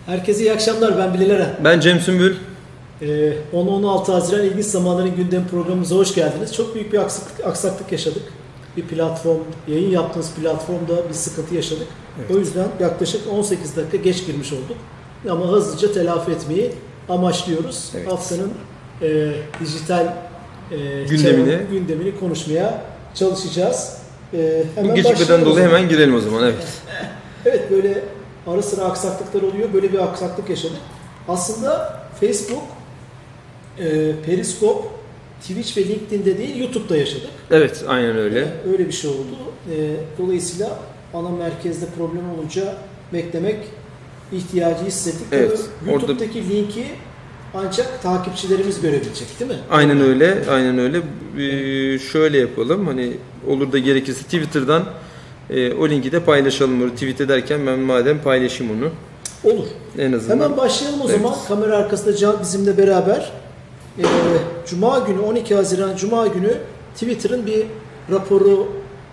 Herkese iyi akşamlar. Ben Bilal Eren. Ben Cem Sümbül. 10-16 Haziran İlginç Zamanların Gündemi programımıza hoş geldiniz. Çok büyük bir aksaklık yaşadık. Bir platform, yayın yaptığımız platformda bir sıkıntı yaşadık. Evet. O yüzden yaklaşık 18 dakika geç girmiş olduk. Ama hızlıca telafi etmeyi amaçlıyoruz. Evet. Haftanın dijital gündemini konuşmaya çalışacağız. Bu gecikmeden dolayı hemen girelim o zaman. Evet. Evet, böyle ara sıra aksaklıklar oluyor. Böyle bir aksaklık yaşadık. Aslında Facebook, Periscope, Twitch ve LinkedIn'de değil YouTube'da yaşadık. Evet, aynen öyle. Öyle bir şey oldu. Dolayısıyla ana merkezde problem olunca beklemek ihtiyacı hissettik. Evet, YouTube'daki orada linki ancak takipçilerimiz görebilecek, değil mi? Aynen öyle, aynen öyle. Şöyle yapalım, hani olur da gerekirse Twitter'dan o linki de paylaşalım. Tweet ederken ben madem paylaşayım onu. Olur. En azından. Hemen başlayalım o zaman. Kamera arkasında Can bizimle beraber. Cuma günü, 12 Haziran Cuma günü Twitter'ın bir raporu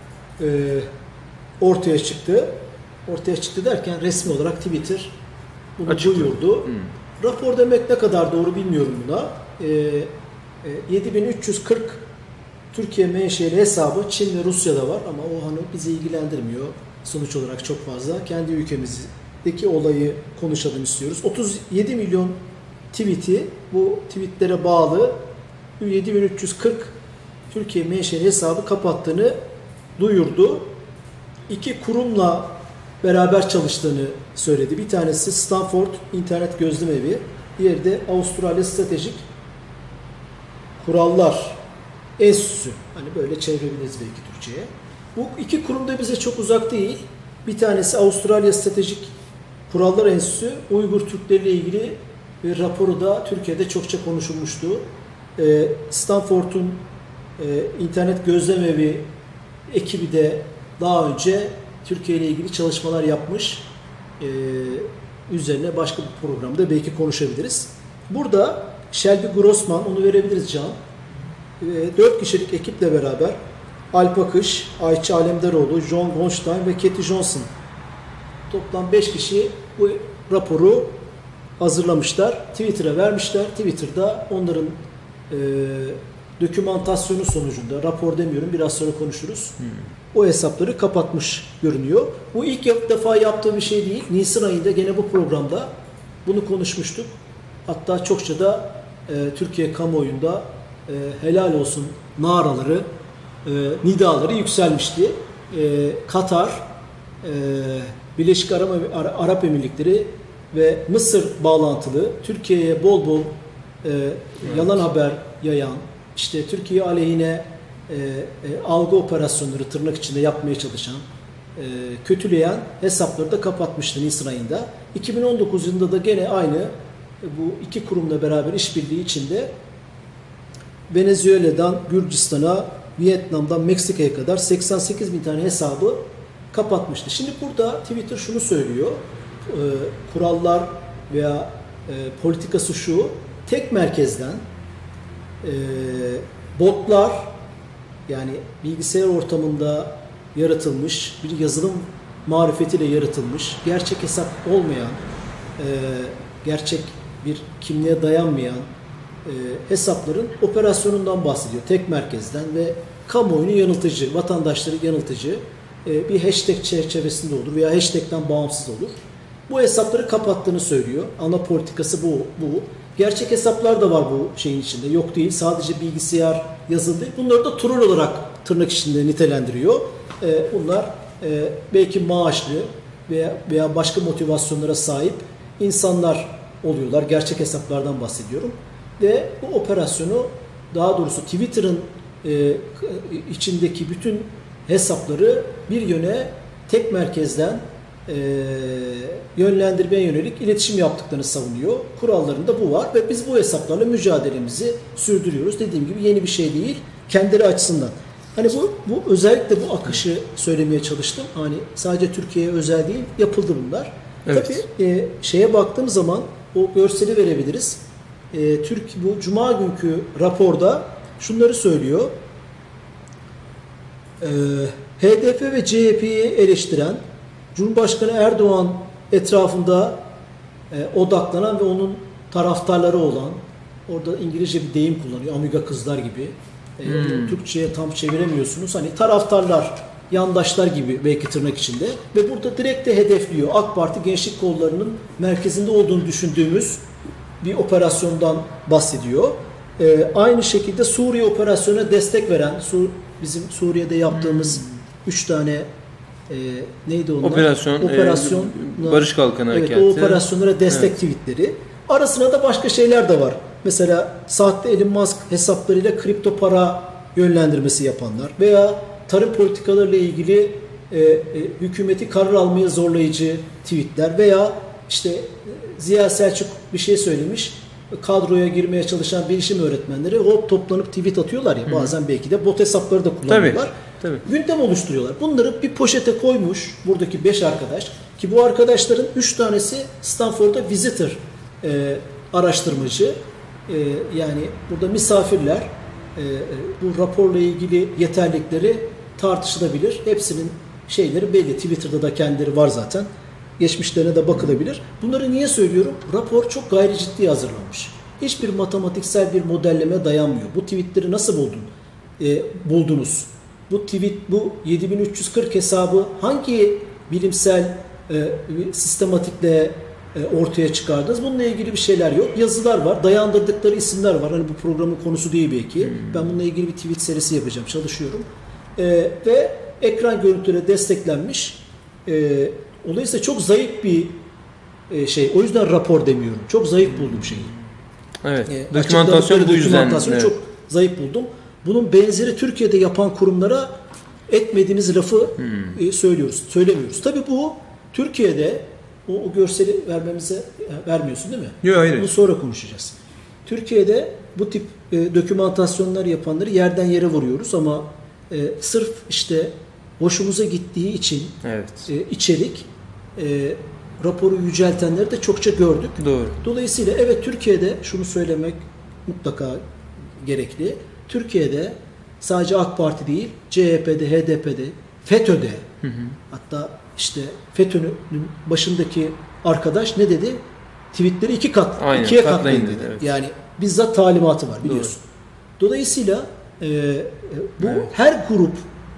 ortaya çıktı. Ortaya çıktı derken resmi olarak Twitter bunu duyurdu. Rapor demek ne kadar doğru bilmiyorum buna. 7340 Türkiye menşeli hesabı Çin ve Rusya'da var ama o hani bizi ilgilendirmiyor. Sonuç olarak çok fazla. Kendi ülkemizdeki olayı konuşalım istiyoruz. 37 milyon tweet'i bu tweetlere bağlı 7340 Türkiye menşeli hesabı kapattığını duyurdu. İki kurumla beraber çalıştığını söyledi. Bir tanesi Stanford İnternet Gözlem Evi, diğeri de Avustralya Stratejik Kurallar Enstitüsü. Hani böyle çevirebiliriz belki Türkçe'ye. Bu iki kurum da bize çok uzak değil. Bir tanesi Avustralya Stratejik Kurallar Enstitüsü, Uygur Türkleri ile ilgili bir raporu da Türkiye'de çokça konuşulmuştu. Stanford'un İnternet Gözlem Evi ekibi de daha önce Türkiye ile ilgili çalışmalar yapmış. Üzerine başka bir programda belki konuşabiliriz. Burada Shelby Grossman, onu verebiliriz Can. 4 kişilik ekiple beraber Alp Akış, Ayça Alemdaroğlu, John Goldstein ve Katie Johnson, toplam 5 kişi bu raporu hazırlamışlar. Twitter'a vermişler. Twitter'da onların dokümantasyonu sonucunda, rapor demiyorum biraz sonra konuşuruz. O hesapları kapatmış görünüyor. Bu ilk defa yaptığı bir şey değil. Nisan ayında gene bu programda bunu konuşmuştuk. Hatta çokça da Türkiye kamuoyunda helal olsun naraları, nidaları yükselmişti. Katar, Birleşik Arap Emirlikleri ve Mısır bağlantılı Türkiye'ye bol bol yalan haber yayan, işte Türkiye aleyhine algı operasyonları tırnak içinde yapmaya çalışan, kötüleyen hesapları da kapatmıştı Nisan ayında. 2019 yılında da gene aynı bu iki kurumla beraber işbirliği içinde Venezuela'dan Gürcistan'a, Vietnam'dan Meksika'ya kadar 88 bin tane hesabı kapatmıştı. Şimdi burada Twitter şunu söylüyor, kurallar veya politikası şu, tek merkezden botlar, yani bilgisayar ortamında yaratılmış, bir yazılım marifetiyle yaratılmış, gerçek hesap olmayan, gerçek bir kimliğe dayanmayan hesapların operasyonundan bahsediyor. Tek merkezden ve kamuoyunu yanıltıcı, vatandaşları yanıltıcı bir hashtag çerçevesinde olur veya hashtag'ten bağımsız olur. Bu hesapları kapattığını söylüyor. Ana politikası bu. Gerçek hesaplar da var bu şeyin içinde. Yok değil. Sadece bilgisayar yazılı değil. Bunları da troll olarak tırnak içinde nitelendiriyor. Bunlar belki maaşlı veya başka motivasyonlara sahip insanlar oluyorlar. Gerçek hesaplardan bahsediyorum. Ve bu operasyonu, daha doğrusu Twitter'ın içindeki bütün hesapları bir yöne, tek merkezden yönlendirmeye yönelik iletişim yaptıklarını savunuyor. Kurallarında bu var ve biz bu hesaplarla mücadelemizi sürdürüyoruz. Dediğim gibi yeni bir şey değil. Kendileri açısından. Hani bu özellikle bu akışı söylemeye çalıştım. Hani sadece Türkiye'ye özel değil, yapıldı bunlar. Evet. Tabii şeye baktığım zaman o görseli verebiliriz. Bu Cuma günkü raporda şunları söylüyor. HDP ve CHP'yi eleştiren, Cumhurbaşkanı Erdoğan etrafında odaklanan ve onun taraftarları olan, orada İngilizce bir deyim kullanıyor, amiga kızlar gibi. Türkçe'ye tam çeviremiyorsunuz. Hani taraftarlar, yandaşlar gibi belki tırnak içinde. Ve burada direkt de hedefliyor. AK Parti Gençlik Kolları'nın merkezinde olduğunu düşündüğümüz bir operasyondan bahsediyor. Aynı şekilde Suriye operasyonuna destek veren, bizim Suriye'de yaptığımız 3 tane neydi onlar? Operasyon Barış Kalkanı Harekatı. Evet, o operasyonlara destek tweetleri. Arasına da başka şeyler de var. Mesela sahte Elon Musk hesaplarıyla kripto para yönlendirmesi yapanlar veya tarım politikalarıyla ilgili hükümeti karar almaya zorlayıcı tweetler veya işte Ziya Selçuk bir şey söylemiş, kadroya girmeye çalışan bilişim öğretmenleri hop toplanıp tweet atıyorlar ya, bazen belki de bot hesapları da kullanıyorlar. Tabii. Gündem oluşturuyorlar. Bunları bir poşete koymuş buradaki 5 arkadaş, ki bu arkadaşların 3 tanesi Stanford'da visitor araştırmacı, yani burada misafirler, bu raporla ilgili yeterlilikleri tartışılabilir. Hepsinin şeyleri belli. Twitter'da da kendileri var zaten. Geçmişlerine de bakılabilir. Bunları niye söylüyorum? Rapor çok gayri ciddi hazırlanmış. Hiçbir matematiksel bir modelleme dayanmıyor. Bu tweetleri nasıl buldunuz? Bu 7340 hesabı hangi bilimsel sistematikle ortaya çıkardınız? Bununla ilgili bir şeyler yok. Yazılar var. Dayandırdıkları isimler var. Hani bu programın konusu değil belki. Ben bununla ilgili bir tweet serisi yapacağım. Çalışıyorum. Ve ekran görüntüleri desteklenmiş. Dolayısıyla çok zayıf bir şey. O yüzden rapor demiyorum. Çok zayıf buldum şeyi. Evet. Dokümantasyon bu yüzden. Dokümantasyonu çok zayıf buldum. Bunun benzeri Türkiye'de yapan kurumlara etmediğiniz lafı söylemiyoruz. Tabii bu Türkiye'de o görseli vermiyorsun değil mi? Yok, hayır. Bunu sonra konuşacağız. Türkiye'de bu tip dokümantasyonlar yapanları yerden yere vuruyoruz ama sırf işte hoşumuza gittiği için içerik raporu yüceltenleri de çokça gördük. Doğru. Dolayısıyla evet, Türkiye'de şunu söylemek mutlaka gerekli. Türkiye'de sadece AK Parti değil, CHP'de, HDP'de, FETÖ'de, hatta işte FETÖ'nün başındaki arkadaş ne dedi? Tweetleri ikiye katlayın dedi. Evet. Yani bizzat talimatı var, biliyorsun. Doğru. Dolayısıyla bu her grup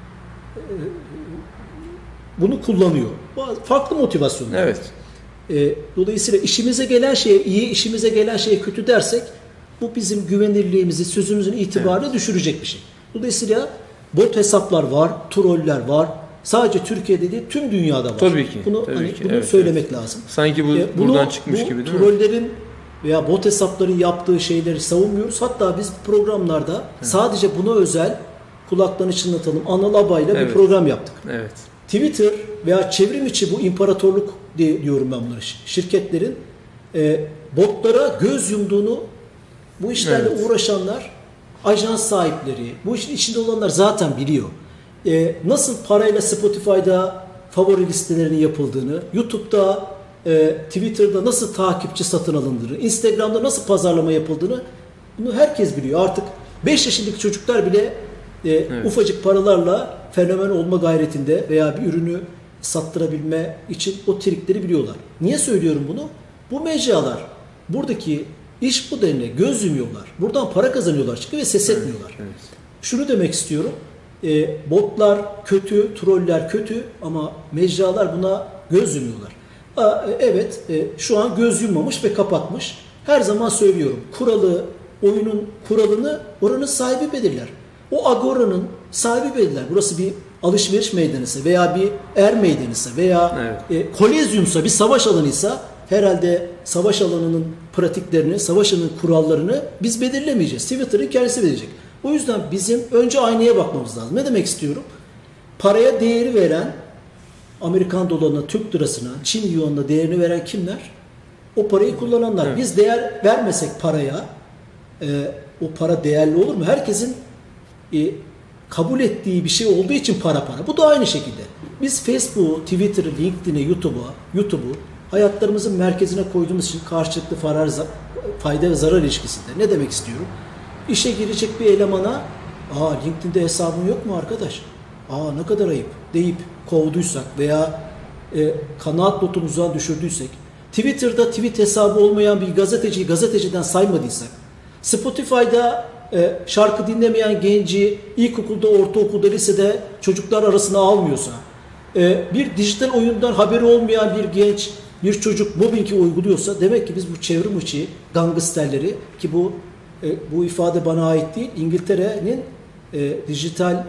bunu kullanıyor. Farklı motivasyonlar. Evet. Dolayısıyla işimize gelen şeye iyi, işimize gelen şeye kötü dersek bu bizim güvenilirliğimizi, sözümüzün itibarını düşürecek bir şey. Dolayısıyla bot hesaplar var, troller var. Sadece Türkiye'de değil, tüm dünyada var. Tabii ki. Bunu söylemek lazım. Sanki buradan çıkmış gibi değil mi? Trollerin veya bot hesapların yaptığı şeyleri savunmuyoruz. Hatta biz programlarda sadece buna özel kulaklarını çınlatalım, Anıl Abay'la bir program yaptık. Evet. Twitter veya çevrim içi bu imparatorluk diyorum ben bunları. Şirketlerin botlara göz yumduğunu, bu işlerle uğraşanlar, ajans sahipleri, bu işin içinde olanlar zaten biliyor. Nasıl parayla Spotify'da favori listelerinin yapıldığını, YouTube'da, Twitter'da nasıl takipçi satın alındığını, Instagram'da nasıl pazarlama yapıldığını, bunu herkes biliyor. Artık 5 yaşındaki çocuklar bile ufacık paralarla fenomen olma gayretinde veya bir ürünü sattırabilme için o trikleri biliyorlar. Niye söylüyorum bunu? Bu mecralar, buradaki iş bu denli göz yumuyorlar. Buradan para kazanıyorlar çünkü ve ses etmiyorlar. Evet. Şunu demek istiyorum. Botlar kötü, troller kötü ama mecralar buna göz yumuyorlar. Evet, şu an göz yummamış ve kapatmış. Her zaman söylüyorum. Oyunun kuralını oranın sahibi belirler. O agoranın sahibi belirler. Burası bir alışveriş meydanıysa veya bir meydanıysa veya kolezyumsa, bir savaş alanıysa herhalde savaş alanının pratiklerini, savaş alanının kurallarını biz belirlemeyeceğiz. Twitter'ın kendisi belirleyecek. O yüzden bizim önce aynaya bakmamız lazım. Ne demek istiyorum? Paraya değeri veren, Amerikan dolarına, Türk lirasına, Çin yuanına değerini veren kimler? O parayı kullananlar. Evet. Biz değer vermesek paraya, o para değerli olur mu? Herkesin kabul ettiği bir şey olduğu için para. Bu da aynı şekilde. Biz Facebook'u, Twitter'ı, LinkedIn'i, YouTube'u hayatlarımızın merkezine koyduğumuz için karşılıklı fayda ve zarar ilişkisinde. Ne demek istiyorum? İşe girecek bir elemana, LinkedIn'de hesabın yok mu arkadaş? Ne kadar ayıp deyip kovduysak veya kanaat notumuzdan düşürdüysek, Twitter'da tweet hesabı olmayan bir gazeteciyi gazeteciden saymadıysak, Spotify'da şarkı dinlemeyen genci ilkokulda, ortaokulda, lisede çocuklar arasına almıyorsa, bir dijital oyundan haberi olmayan bir genç, bir çocuk mobbingi uyguluyorsa, demek ki biz bu çevrim içi gangsterleri, ki bu ifade bana ait değil, İngiltere'nin dijital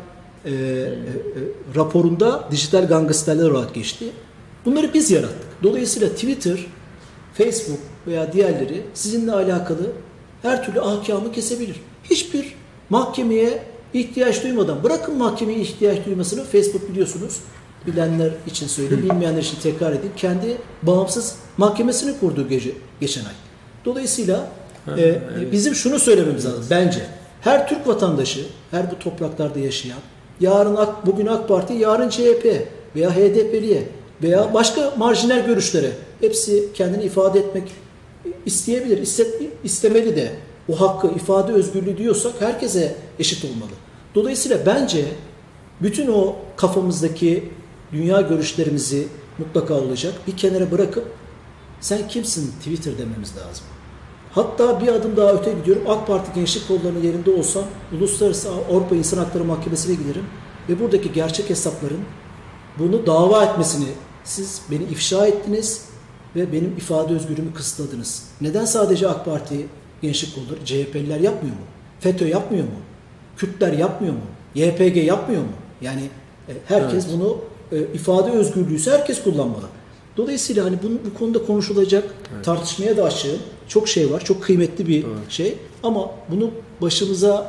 raporunda dijital gangsterler olarak geçti. Bunları biz yarattık. Dolayısıyla Twitter, Facebook veya diğerleri sizinle alakalı her türlü ahkamı kesebilir. Hiçbir mahkemeye ihtiyaç duymadan, bırakın mahkemeye ihtiyaç duymasını, Facebook biliyorsunuz, bilenler için söyleyeyim, bilmeyenler için tekrar edeyim, kendi bağımsız mahkemesini kurdu geçen ay. Dolayısıyla bizim şunu söylememiz lazım bence. Her Türk vatandaşı, her bu topraklarda yaşayan, bugün AK Parti, yarın CHP veya HDP'liye veya başka marjinal görüşlere, hepsi kendini ifade etmek isteyebilir, istemeli de. O hakkı, ifade özgürlüğü diyorsak herkese eşit olmalı. Dolayısıyla bence bütün o kafamızdaki dünya görüşlerimizi mutlaka olacak bir kenara bırakıp sen kimsin Twitter dememiz lazım. Hatta bir adım daha öte gidiyorum. AK Parti gençlik kollarının yerinde olsam Uluslararası Avrupa İnsan Hakları Mahkemesi'ne giderim ve buradaki gerçek hesapların bunu dava etmesini, siz beni ifşa ettiniz ve benim ifade özgürlüğümü kısıtladınız. Neden sadece AK Parti gençlik kolları? CHP'liler yapmıyor mu? FETÖ yapmıyor mu? Kürtler yapmıyor mu? YPG yapmıyor mu? Yani herkes bunu ifade özgürlüğüyse herkes kullanmalı. Dolayısıyla hani bu konuda konuşulacak, tartışmaya da açığım. Çok şey var, çok kıymetli bir şey. Ama bunu başımıza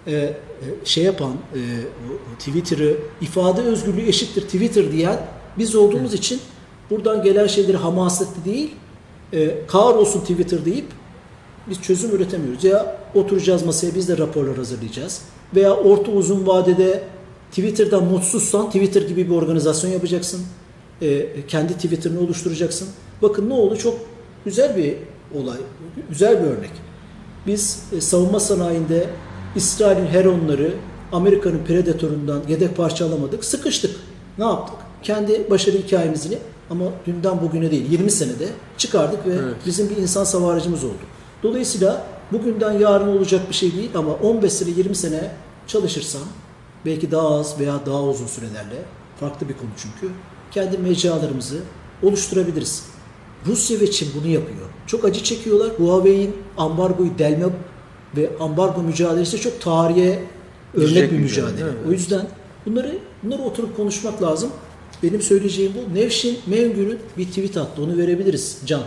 yapan, Twitter'ı, ifade özgürlüğü eşittir Twitter diyen biz olduğumuz için buradan gelen şeyleri hamasetli değil, kahrolsun Twitter deyip biz çözüm üretemiyoruz. Ya oturacağız masaya, biz de raporlar hazırlayacağız. Veya orta uzun vadede Twitter'dan mutsuzsan Twitter gibi bir organizasyon yapacaksın. Kendi Twitter'ını oluşturacaksın. Bakın ne oldu? Çok güzel bir olay. Güzel bir örnek. Biz savunma sanayinde İsrail'in Heron'ları Amerika'nın Predator'undan yedek parça alamadık. Sıkıştık. Ne yaptık? Kendi başarı hikayemizi ama dünden bugüne değil 20 senede çıkardık ve bizim bir insan savar aracımız oldu. Dolayısıyla bugünden yarın olacak bir şey değil ama 15 sene 20 sene çalışırsam belki daha az veya daha uzun sürelerle, farklı bir konu çünkü, kendi mecralarımızı oluşturabiliriz. Rusya ve Çin bunu yapıyor. Çok acı çekiyorlar. Huawei'in ambargoyu delme ve ambargo mücadelesi çok tarihe örnek bir mücadele. O yüzden bunları oturup konuşmak lazım. Benim söyleyeceğim bu. Nevşin Mengü'nün bir tweet attı. Onu verebiliriz Can.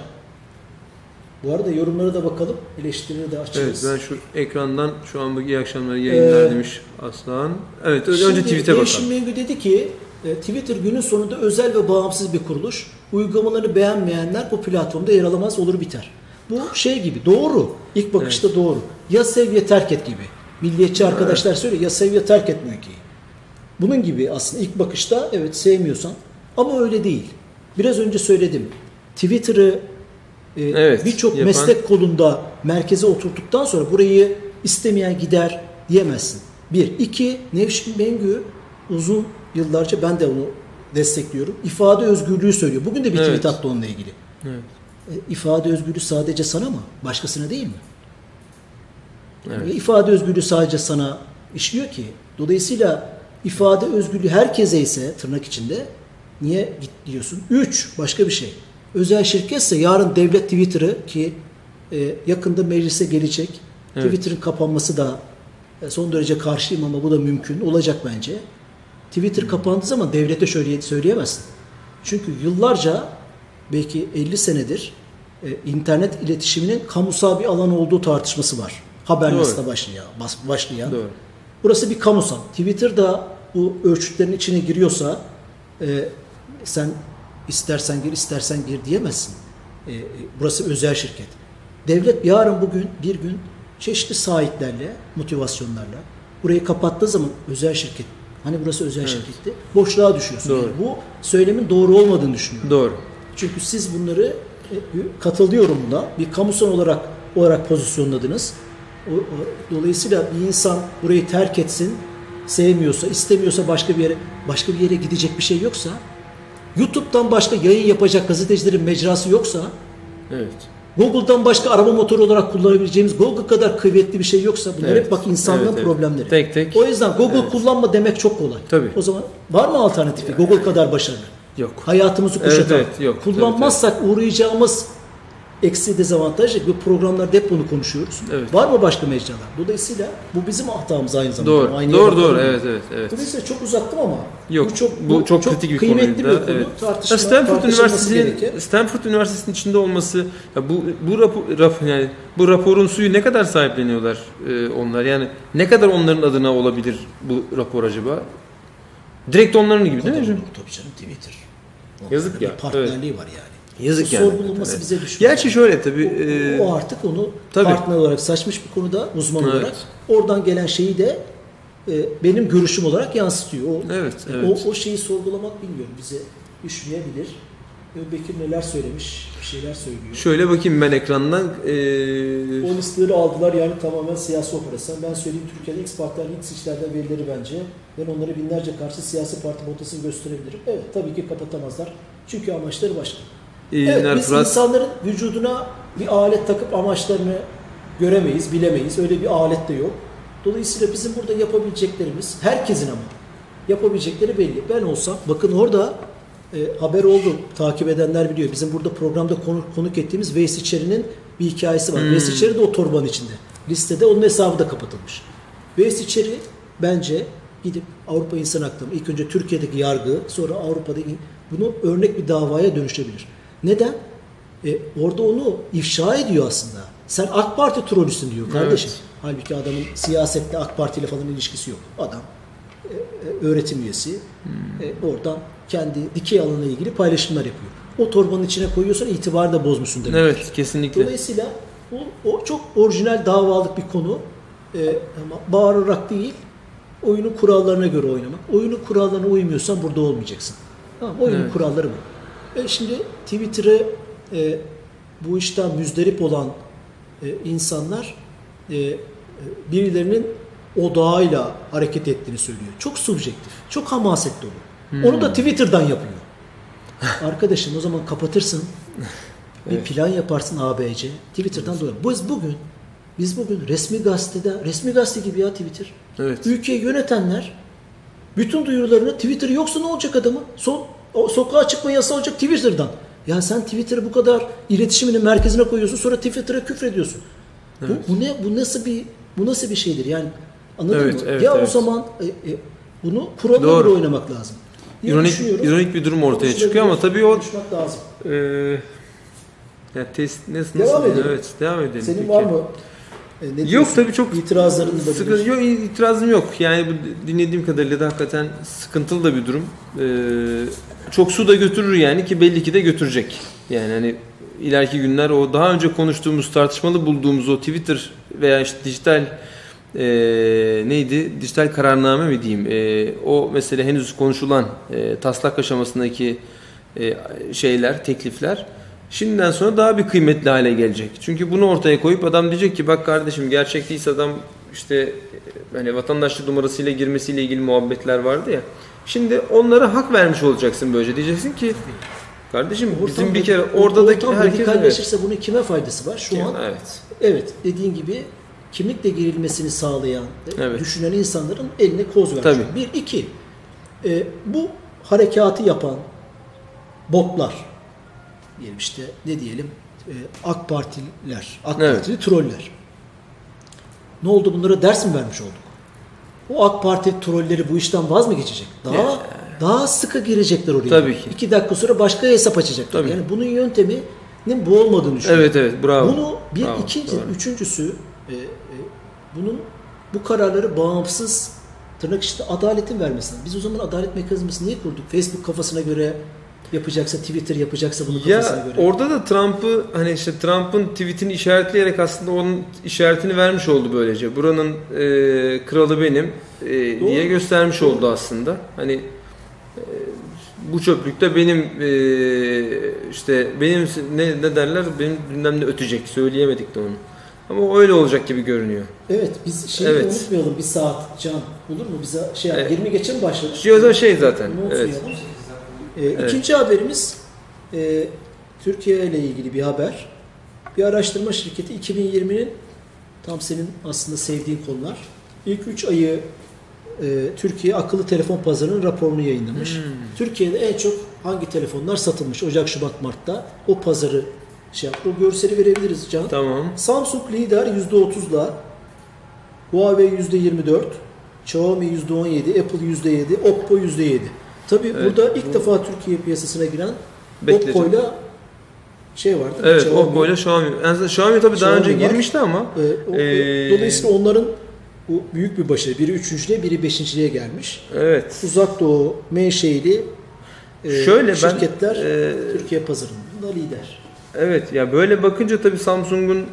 Bu arada yorumlara da bakalım. Eleştirileri de açarız. Evet, ben şu ekrandan şu an iyi akşamlar yayınlar demiş Aslan. Evet, önce tweet'e bakalım. Nevşin Mengü dedi ki Twitter günün sonunda özel ve bağımsız bir kuruluş. Uygulamaları beğenmeyenler bu platformda yer alamaz, olur biter. Bu şey gibi, doğru. İlk bakışta doğru. Ya sev ya terk et gibi. Milliyetçi arkadaşlar söylüyor, ya sev ya terk et bu ülkeyi. Bunun gibi aslında ilk bakışta evet sevmiyorsan, ama öyle değil. Biraz önce söyledim. Twitter'ı birçok meslek kolunda merkeze oturttuktan sonra burayı istemeyen gider diyemezsin. Bir. İki, Nevşin Mengü uzun yıllarca, ben de onu destekliyorum, İfade özgürlüğü söylüyor. Bugün de bir tweet attı onunla ilgili. İfade özgürlüğü sadece sana mı? Başkasına değil mi? İfade özgürlüğü sadece sana işliyor ki. Dolayısıyla ifade özgürlüğü herkese ise tırnak içinde niye git diyorsun? 3. Başka bir şey. Özel şirketse yarın devlet Twitter'ı, ki yakında meclise gelecek, Twitter'ın kapanması da son derece karşıyım ama bu da mümkün olacak bence. Twitter kapandığı zaman devlete şöyle söyleyemezsin. Çünkü yıllarca, belki 50 senedir internet iletişiminin kamusal bir alan olduğu tartışması var. Haberleş'te başlayan. Doğru. Burası bir kamusal. Twitter'da bu ölçütlerin içine giriyorsa sen istersen gir istersen gir diyemezsin. Burası özel şirket. Devlet yarın bugün bir gün çeşitli sahiplerle, motivasyonlarla burayı kapattığı zaman özel şirket, hani burası özel şirketti, boşluğa düşüyorsun. Yani bu söylemin doğru olmadığını düşünüyorum. Doğru. Çünkü siz bunları katılıyorum buna. Bir kamusal olarak pozisyonladınız. Dolayısıyla bir insan burayı terk etsin, sevmiyorsa, istemiyorsa başka bir yere gidecek bir şey yoksa, YouTube'dan başka yayın yapacak gazetecilerin mecrası yoksa Evet. Google'dan başka arama motoru olarak kullanabileceğimiz Google kadar kıymetli bir şey yoksa bunlar Evet. hep bak insanlığın Evet, evet. problemleri. Tek tek. O yüzden Google Evet. kullanma demek çok kolay. Tabii. O zaman var mı alternatifi? Google kadar başarılı. Yok. Hayatımızı kuşatan. Evet, yok. Kullanmazsak uğrayacağımız eksi dezavantaj. Bu programlarda hep bunu konuşuyoruz. Evet. Var mı başka mecralar? Dolayısıyla bu bizim hatamız aynı zamanda. Doğru. Aynı Doğru. Evet. Dolayısıyla çok uzattım ama Yok. Bu çok kritik bir kıymetli konuydu. bir konu. Evet. Tartışılması gerekir. Stanford Üniversitesi'nin içinde olması, ya yani bu raporun suyu ne kadar sahipleniyorlar onlar? Yani ne kadar onların adına olabilir bu rapor acaba? Direkt onların gibi değil mi hocam? Tabii canım, Twitter. Yazık bir ya. partnerliği var yani. Yazık bu yani. sorgulanması Evet. bize düşmüyor. Gerçi şöyle tabii. O artık onu tabii. partner olarak saçmış bir konuda uzman Evet. olarak oradan gelen şeyi de benim görüşüm olarak yansıtıyor. Evet. O şeyi sorgulamak bilmiyorum bize düşmeyebilir. Bekir neler söylemiş, bir şeyler söylüyor. Şöyle bakayım ben ekrandan. O listeleri aldılar yani tamamen siyasi operasyon. Ben söyleyeyim, Türkiye'de X partiler X işlerden verileri bence. Ben onları binlerce karşı siyasi parti botasını gösterebilirim. Evet, tabii ki kapatamazlar. Çünkü amaçları başka. Evet, biz insanların vücuduna bir alet takıp amaçlarını göremeyiz, bilemeyiz. Öyle bir alet de yok. Dolayısıyla bizim burada yapabileceklerimiz, herkesin ama yapabilecekleri belli. Ben olsam, bakın orada haber oldu, takip edenler biliyor. Bizim burada programda konuk ettiğimiz Veys İçeri'nin bir hikayesi var. Veys İçeri de o torbanın içinde. Listede onun hesabı da kapatılmış. Veys İçeri bence gidip Avrupa İnsan Hakları, ilk önce Türkiye'deki yargı, sonra Avrupa'daki, bunu örnek bir davaya dönüşebilir. Neden? Orada onu ifşa ediyor aslında. Sen AK Parti trollüsün diyor kardeşim. Evet. Halbuki adamın siyasette AK Parti ile falan ilişkisi yok. Adam öğretim üyesi. Oradan kendi dikey alanına ilgili paylaşımlar yapıyor. O torbanın içine koyuyorsan itibarı da bozmuşsun demek. Evet, kesinlikle. Dolayısıyla o çok orijinal davalık bir konu. Ama bağırarak değil, oyunun kurallarına göre oynamak. Oyunun kurallarına uymuyorsan burada olmayacaksın. Tamam, oyunun kuralları bu. Şimdi Twitter'ı bu işten müzdarip olan insanlar birilerinin odağıyla hareket ettiğini söylüyor. Çok subjektif, çok hamaset dolu. Onu da Twitter'dan yapıyor. Arkadaşım, o zaman kapatırsın. Bir plan yaparsın ABC. Twitter'dan dolayı. Biz bugün resmi gazete gibi ya Twitter. Evet. Ülkeyi yönetenler bütün duyurularını, Twitter yoksa ne olacak adamın? Sokağa çıkma yasağı olacak Twitter'dan. Ya sen Twitter'ı bu kadar iletişiminin merkezine koyuyorsun, sonra Twitter'a küfrediyorsun. Evet. Bu nasıl bir şeydir? Yani anladın mı? O zaman bunu kuralına göre oynamak lazım. İronik bir durum ortaya çıkıyor ama tabii o lazım. Ya test nasıl devam edelim. Evet, devam edelim. Senin peki. var mı? Yok tabii, çok itirazların da yok, itirazım yok. Yani bu dinlediğim kadarıyla da hakikaten sıkıntılı da bir durum. Çok su da götürür yani, ki belli ki de götürecek. Yani hani ileriki günler o daha önce konuştuğumuz, tartışmalı bulduğumuz o Twitter veya işte dijital dijital kararname mi diyeyim, o mesele henüz konuşulan taslak aşamasındaki şeyler, teklifler şimdiden sonra daha bir kıymetli hale gelecek. Çünkü bunu ortaya koyup adam diyecek ki bak kardeşim, gerçek değilse adam işte hani vatandaşlık numarasıyla girmesiyle ilgili muhabbetler vardı ya. Şimdi onlara hak vermiş olacaksın böylece. Diyeceksin ki kardeşim bizim bir kere oradaki herkes radikalleşirse bunun kime faydası var? Şu an evet dediğin gibi kimlikle girilmesini sağlayan, düşünen insanların eline koz vermiş. Bir, iki, bu harekatı yapan botlar diyelim, işte ne diyelim, AK Partililer, AK Partili troller. Ne oldu, bunlara ders mi vermiş olduk? O AK Parti trolleri bu işten vaz mı geçecek? Daha sıkı girecekler oraya. Tabii ki. 2 dakika sonra başka hesap açacaklar. Tabii. Yani bunun yönteminin bu olmadığını düşünüyorum. Evet, bravo. Bunu üçüncüsü, bunun bu kararları bağımsız, tırnak içinde adaletin vermesi. Biz o zaman adalet mekanizmasını niye kurduk? Facebook kafasına göre yapacaksa, Twitter yapacaksa bunu kafasına göre. Orada da Trump'ı, hani işte Trump'ın tweetini işaretleyerek aslında onun işaretini vermiş oldu böylece. Buranın kralı benim diye göstermiş oldu aslında. Hani bu çöplükte benim işte benim ne derler, benim bilmem ne ötecek, söyleyemedik de onu. Ama öyle olacak gibi görünüyor. Evet, biz unutmayalım, bir saat Can olur mu bize 20 geçe mi başladı? Zaten. İkinci haberimiz Türkiye ile ilgili bir haber. Bir araştırma şirketi 2020'nin tam senin aslında sevdiğin konular. İlk 3 ayı Türkiye akıllı telefon pazarının raporunu yayınlamış. Türkiye'de en çok hangi telefonlar satılmış Ocak, Şubat, Mart'ta o pazarı şey yaptı. O görseli verebiliriz Can. Tamam. Samsung lider %30'la, Huawei %24, Xiaomi %17, Apple %7, Oppo %7. Tabii Evet, burada ilk defa Türkiye piyasasına giren Bekleyeceğim. Oppo'yla şey vardı. Evet, Oppo ile Xiaomi. Yani Xiaomi tabii daha önce Xiaomi var. girmişti ama Dolayısıyla onların bu büyük bir başarı. Biri üçüncülüğe, biri beşinciliğe gelmiş. evet. Uzak Doğu menşeili Şöyle şirketler ben Türkiye pazarında lider. evet ya böyle bakınca tabii Samsung'un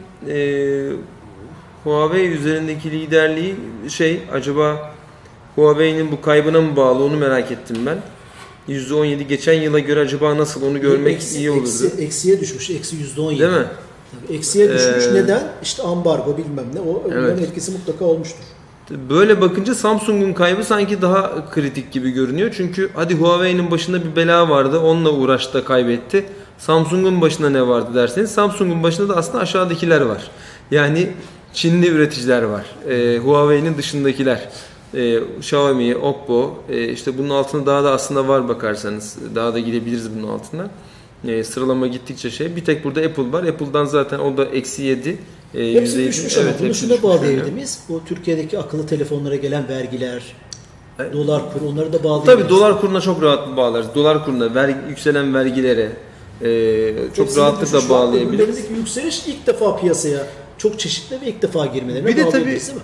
Huawei üzerindeki liderliği acaba Huawei'nin bu kaybına mı bağlı onu merak ettim ben. %17 geçen yıla göre acaba nasıl onu görmek iyi olurdu. Eksiye düşmüş. Eksi %17. Değil mi? Tabii, eksiye düşmüş. Neden? İşte ambargo bilmem ne. Onların Evet. etkisi mutlaka olmuştur. Böyle bakınca Samsung'un kaybı sanki daha kritik gibi görünüyor. Çünkü hadi Huawei'nin başında bir bela vardı. Onunla uğraştı da kaybetti. Samsung'un başında ne vardı derseniz Samsung'un başında da aslında aşağıdakiler var. Yani Çinli üreticiler var. Huawei'nin dışındakiler. Xiaomi, Oppo, işte bunun altında daha da aslında var bakarsanız. Daha da gidebiliriz bunun altına. Sıralama gittikçe bir tek burada Apple var. Apple'dan zaten o da -7. Hepsi düşmüş ama bunu hepsi şuna düşmüş bağlayabilir miyiz? Bu Türkiye'deki akıllı telefonlara gelen vergiler, dolar kuru onları da bağlayabiliriz. Tabii dolar kuruna çok rahat bağlarız. Dolar kuruna, yükselen vergilere çok Hepsinin rahatlıkla düşüş var. bağlayabiliriz. Öbürlerindeki yükseliş ilk defa piyasaya çok çeşitli ve ilk defa girmelerine Bir de tabii bağlayabiliriz değil mi?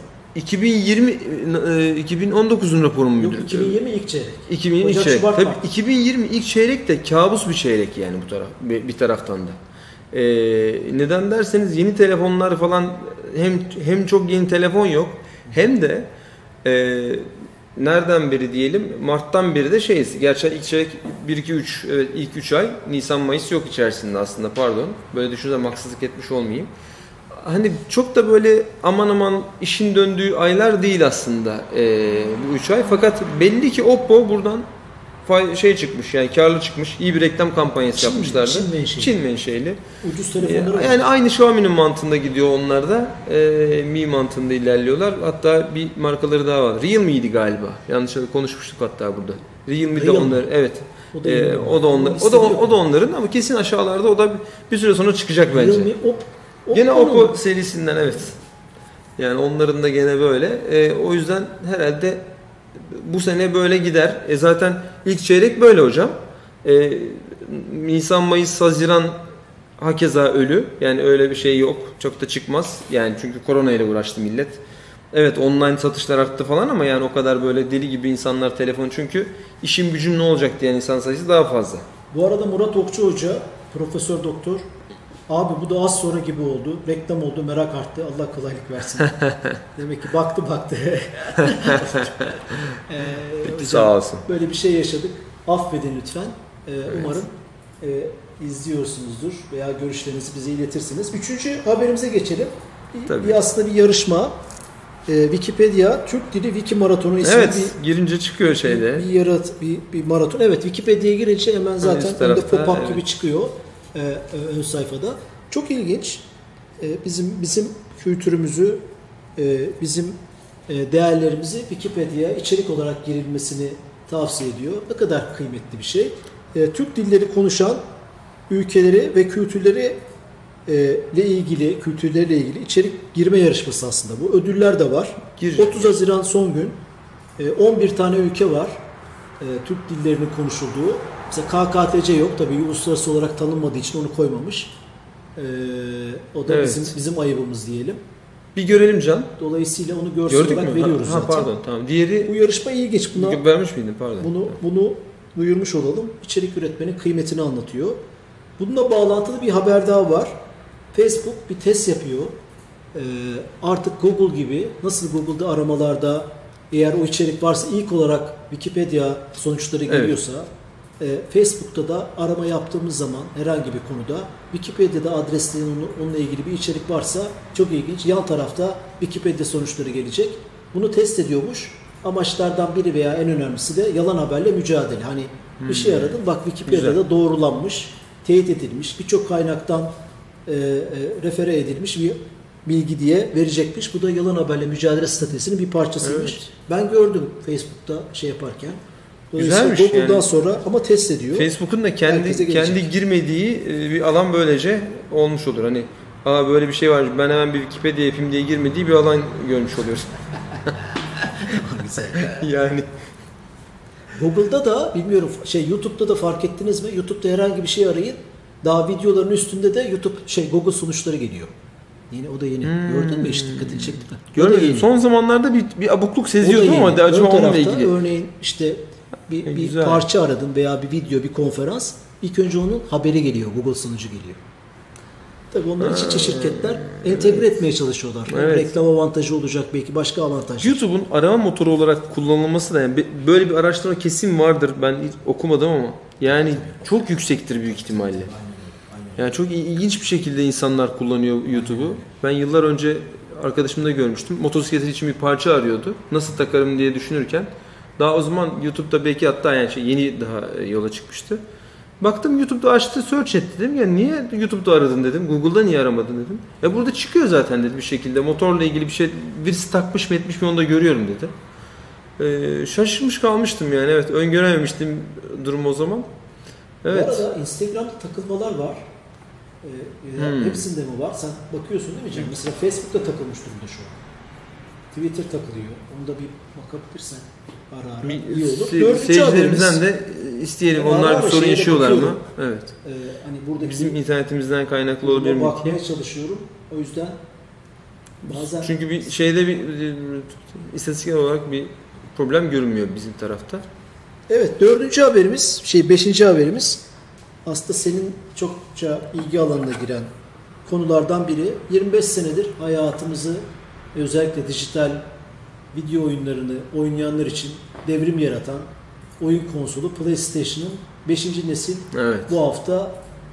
2019'un raporu muydu? Yok 2020 ilk çeyrek. 2020 ilk Ocak, çeyrek. Şubat, Tabii Mart. 2020 ilk çeyrek de kabus bir çeyrek yani bu taraf bir taraftan da. Neden derseniz yeni telefonlar falan hem çok yeni telefon yok hem de nereden beri diyelim Mart'tan beri de şeyiz. Gerçi ilk çeyrek 1 2 3 evet ilk 3 ay Nisan Mayıs yok içerisinde aslında pardon. Böyle düşünsem haksızlık etmiş olmayayım. Hani çok da böyle aman aman işin döndüğü aylar değil aslında bu 3 ay. Fakat belli ki Oppo buradan çıkmış yani karlı çıkmış. İyi bir reklam kampanyası yapmışlardı. Çin menşeli. Ucuz telefonları yani aynı Xiaomi'nin mantığında gidiyor onlar da. Mi mantığında ilerliyorlar. Hatta bir markaları daha var. Realme'ydi galiba. Yanlış konuşmuştuk hatta burada. Realme de onlar. Evet. O da onların ama kesin aşağılarda o da bir süre sonra çıkacak bence. Realme, Gene Oppo serisinden evet. Yani onların da gene böyle. O yüzden herhalde bu sene böyle gider. Zaten ilk çeyrek böyle hocam. Nisan, Mayıs, Haziran hakeza ölü. Yani öyle bir şey yok. Çok da çıkmaz. Yani çünkü korona ile uğraştı millet. Evet online satışlar arttı falan ama yani o kadar böyle deli gibi insanlar telefon çünkü işin gücün ne olacak diyen insan sayısı daha fazla. Bu arada Murat Okçu Hoca, Profesör Doktor, abi bu da az sonra gibi oldu. Reklam oldu, merak arttı. Allah kolaylık versin. Demek ki baktı. Sağ olsun. Böyle bir şey yaşadık. Affedin lütfen. Umarım izliyorsunuzdur veya görüşlerinizi bize iletirsiniz. Üçüncü haberimize geçelim. Bir aslında bir yarışma. Wikipedia Türk Dili Wiki Maratonu isimli girince çıkıyor şeyde. Bir maraton. Evet, Wikipedia'ya girince hemen zaten önde pop-up gibi çıkıyor ön sayfada. Çok ilginç. Bizim kültürümüzü, bizim değerlerimizi Wikipedia'ya içerik olarak girilmesini tavsiye ediyor. Ne kadar kıymetli bir şey. Türk dilleri konuşan ülkeleri ve kültürleriyle ilgili içerik girme yarışması aslında bu. Ödüller de var. 30 Haziran son gün. 11 tane ülke var. Türk dillerinin konuşulduğu. Mesela KKTC yok. Tabii uluslararası olarak tanınmadığı için onu koymamış. O da bizim ayıbımız diyelim. Bir görelim Can. Dolayısıyla onu görsel olarak veriyoruz zaten. Pardon, tamam. Diğeri bu yarışma ilginç. Vermiş miydin? Pardon. Bunu duyurmuş olalım. İçerik üretmenin kıymetini anlatıyor. Bununla bağlantılı bir haber daha var. Facebook bir test yapıyor. Artık Google gibi, nasıl Google'da aramalarda eğer o içerik varsa ilk olarak Wikipedia sonuçları geliyorsa, Facebook'ta da arama yaptığımız zaman herhangi bir konuda Wikipedia'da adreslerin onunla ilgili bir içerik varsa çok ilginç. Yan tarafta Wikipedia sonuçları gelecek. Bunu test ediyormuş. Amaçlardan biri veya en önemlisi de yalan haberle mücadele. Hani bir şey aradın, bak Wikipedia'da doğrulanmış, teyit edilmiş, birçok kaynaktan refere edilmiş bir bilgi diye verecekmiş. Bu da yalan haberle mücadele stratejisinin bir parçasıymış. Evet. Ben gördüm Facebook'ta şey yaparken. Güzelmiş Google'dan yani. sonra ama test ediyor. Facebook'un da kendi girmediği bir alan böylece olmuş olur. Hani böyle bir şey var, ben hemen bir Wikipedia yapayım diye girmediği bir alan görmüş oluyoruz. Yani Google'da da bilmiyorum YouTube'da da fark ettiniz mi? YouTube'da herhangi bir şey arayın. Daha videoların üstünde de Google sonuçları geliyor. Yine o da yeni. Gördün mü hiç dikkatini çekti mi? görmedim. Son zamanlarda bir abukluk seziyordum ama acaba onunla ilgili. Örneğin bir parça aradın veya bir video, bir konferans. İlk önce onun haberi geliyor. Google sonucu geliyor. Tabii onlar iç içe şirketler entegre etmeye çalışıyorlar. Evet. Reklam avantajı olacak, belki başka avantajlar. YouTube'un arama motoru olarak kullanılması da yani böyle bir araştırma kesin vardır. Ben hiç okumadım ama yani çok yüksektir büyük ihtimalle. Yani çok ilginç bir şekilde insanlar kullanıyor YouTube'u. Ben yıllar önce arkadaşımda görmüştüm. Motosikleti için bir parça arıyordu. Nasıl takarım diye düşünürken. Daha o zaman YouTube'da belki hatta yeni daha yola çıkmıştı. Baktım YouTube'da açtı, search etti dedim. Ya niye YouTube'da aradın dedim. Google'da niye aramadın dedim. Burada çıkıyor zaten dedi bir şekilde. Motorla ilgili bir şey birisi takmış mı etmiş mi onu da görüyorum dedi. Şaşırmış kalmıştım yani. Evet, öngörememiştim durumu o zaman. Evet. Bu arada Instagram'da takılmalar var. Hepsinde mi var? Sen bakıyorsun değil mi Cem? Mesela Facebook'ta takılmış durumda şu an. Twitter takılıyor. Onu da bir bakabilirsen ara iyi olur. Seyircilerimizden de isteyelim. Onlar bir sorun yaşıyorlar mı? Evet. Hani buradaki bizim internetimizden kaynaklı olabilir mi? Bakmaya çalışıyorum. O yüzden bazen... Çünkü bir istatistik olarak bir problem görünmüyor bizim tarafta. Evet, 4. haberimiz, 5. haberimiz aslında senin çokça ilgi alanına giren konulardan biri. 25 senedir hayatımızı özellikle dijital video oyunlarını oynayanlar için devrim yaratan oyun konsolu PlayStation'ın 5. nesil bu hafta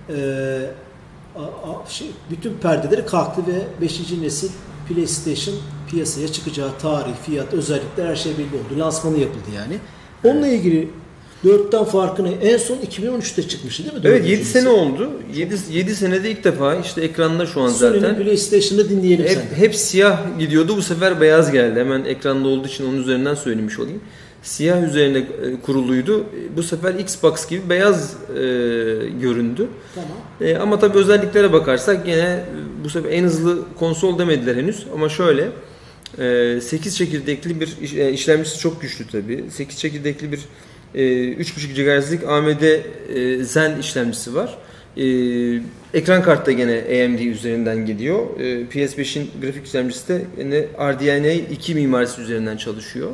bütün perdeleri kalktı ve 5. nesil PlayStation piyasaya çıkacağı tarih, fiyat, özellikler her şey belli oldu. Lansmanı yapıldı yani. Onunla ilgili 4'ten farkını en son 2013'te çıkmıştı değil mi? Evet, 7 sene oldu. 7 senede ilk defa işte ekranda şu an zaten. Sony'nin PlayStation'da dinleyelim hep siyah gidiyordu. Bu sefer beyaz geldi. Hemen ekranda olduğu için onun üzerinden söylemiş olayım. Siyah üzerine kuruluydu. Bu sefer Xbox gibi beyaz göründü. Tamam. Ama tabii özelliklere bakarsak gene bu sefer en hızlı konsol demediler henüz. Ama şöyle 8 çekirdekli bir işlemcisi çok güçlü tabii. 8 çekirdekli bir 3.5 GHz'lik AMD Zen işlemcisi var. Ekran kartı da gene AMD üzerinden geliyor. PS5'in grafik işlemcisi de yine RDNA 2 mimarisi üzerinden çalışıyor.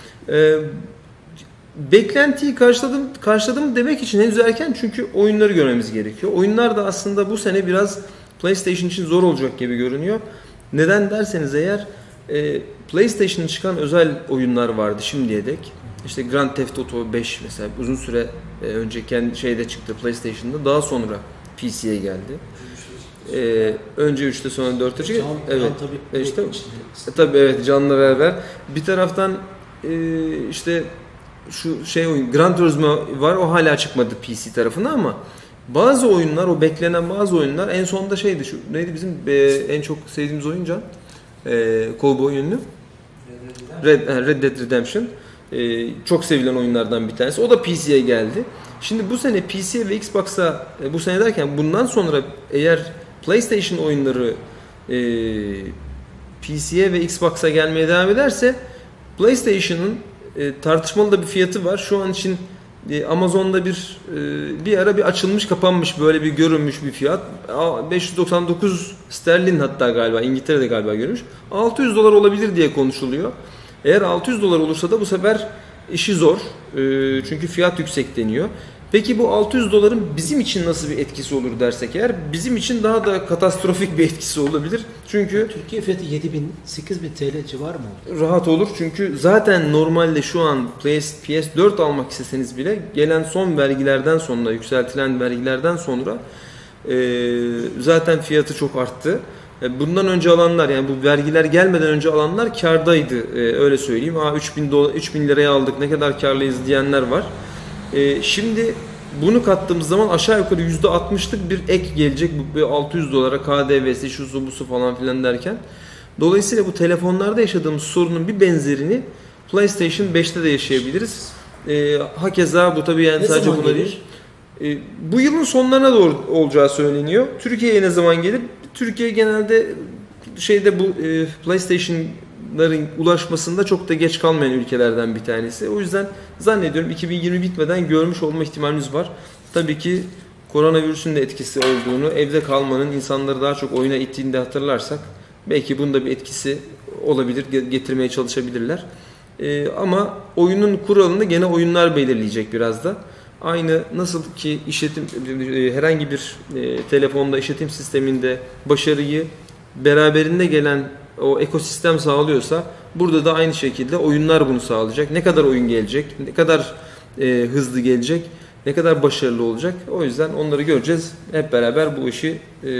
Beklentiyi karşıladım demek için henüz erken, çünkü oyunları görmemiz gerekiyor. Oyunlar da aslında bu sene biraz PlayStation için zor olacak gibi görünüyor. Neden derseniz eğer PlayStation'ın çıkan özel oyunlar vardı şimdiye dek. İşte Grand Theft Auto 5 mesela uzun süre önce şeyde çıktı PlayStation'da, daha sonra PC'ye geldi. Önce 3'te sonra 4'te çıktı. Evet. Tabii evet, Can'la beraber. Bir taraftan işte şu oyun Gran Turismo var, o hala çıkmadı PC tarafına ama bazı oyunlar, o beklenen bazı oyunlar en sonunda neydi bizim en çok sevdiğimiz oyun Can? Cowboy oyunu. Red Dead Redemption. Çok sevilen oyunlardan bir tanesi. O da PC'ye geldi. Şimdi bu sene PC ve Xbox'a bu sene derken bundan sonra eğer PlayStation oyunları PC'ye ve Xbox'a gelmeye devam ederse PlayStation'ın tartışmalı da bir fiyatı var. Şu an için Amazon'da bir ara bir açılmış kapanmış böyle bir görünmüş bir fiyat. 599 sterlin hatta galiba İngiltere'de galiba görmüş. $600 olabilir diye konuşuluyor. Eğer $600 olursa da bu sefer işi zor. Çünkü fiyat yüksek deniyor. Peki bu $600'ın bizim için nasıl bir etkisi olur dersek eğer, bizim için daha da katastrofik bir etkisi olabilir. Çünkü Türkiye fiyatı 7.000-8.000 TL civarı mı oldu? Rahat olur. Çünkü zaten normalde şu an PS4 almak isteseniz bile gelen son vergilerden sonra, yükseltilen vergilerden sonra zaten fiyatı çok arttı. Bundan önce alanlar, yani bu vergiler gelmeden önce alanlar kârdaydı, öyle söyleyeyim. 3.000 liraya aldık, ne kadar kârlıyız diyenler var. Şimdi bunu kattığımız zaman aşağı yukarı %60'lık bir ek gelecek. Bu $600 KDV'si, şusu busu falan filan derken. Dolayısıyla bu telefonlarda yaşadığımız sorunun bir benzerini PlayStation 5'te de yaşayabiliriz. Hakeza bu tabii yani sadece buna değil. Bu yılın sonlarına doğru olacağı söyleniyor. Türkiye'ye ne zaman gelir? Türkiye genelde bu PlayStation'ların ulaşmasında çok da geç kalmayan ülkelerden bir tanesi. O yüzden zannediyorum 2020 bitmeden görmüş olma ihtimalimiz var. Tabii ki koronavirüsün de etkisi olduğunu, evde kalmanın insanları daha çok oyuna ittiğini de hatırlarsak belki bunda bir etkisi olabilir, getirmeye çalışabilirler. Ama oyunun kuralını gene oyunlar belirleyecek biraz da. Aynı nasıl ki herhangi bir telefonda işletim sisteminde başarıyı beraberinde gelen o ekosistem sağlıyorsa burada da aynı şekilde oyunlar bunu sağlayacak. Ne kadar oyun gelecek, ne kadar hızlı gelecek, ne kadar başarılı olacak. O yüzden onları göreceğiz. Hep beraber bu işi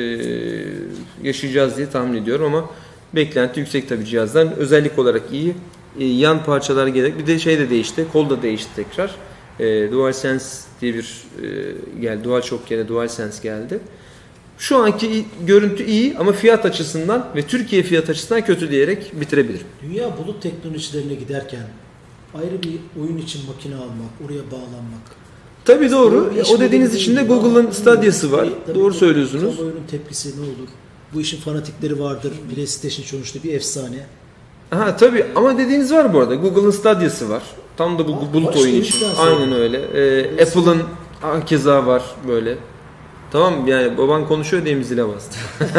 yaşayacağız diye tahmin ediyorum ama beklenti yüksek tabii cihazdan. Özellik olarak iyi. Yan parçalar gerek. Bir de de değişti. Kol da değişti tekrar. DualSense diye bir geldi. DualShock yerine DualSense geldi. Şu anki görüntü iyi ama fiyat açısından ve Türkiye fiyat açısından kötü diyerek bitirebilirim. Dünya bulut teknolojilerine giderken ayrı bir oyun için makine almak, oraya bağlanmak. Tabii doğru. O dediğiniz için de Google'ın Stadia'sı var. Doğru söylüyorsunuz. Oyunun tepkisi ne olur? Bu işin fanatikleri vardır. PlayStation sonuçta bir efsane. Aha tabii ama dediğiniz var bu arada. Google'ın Stadia'sı var. Tam da bu bulut oyun için. Aynen öyle. Apple'ın keza var böyle. Tamam yani baban konuşuyor diye zile bastı.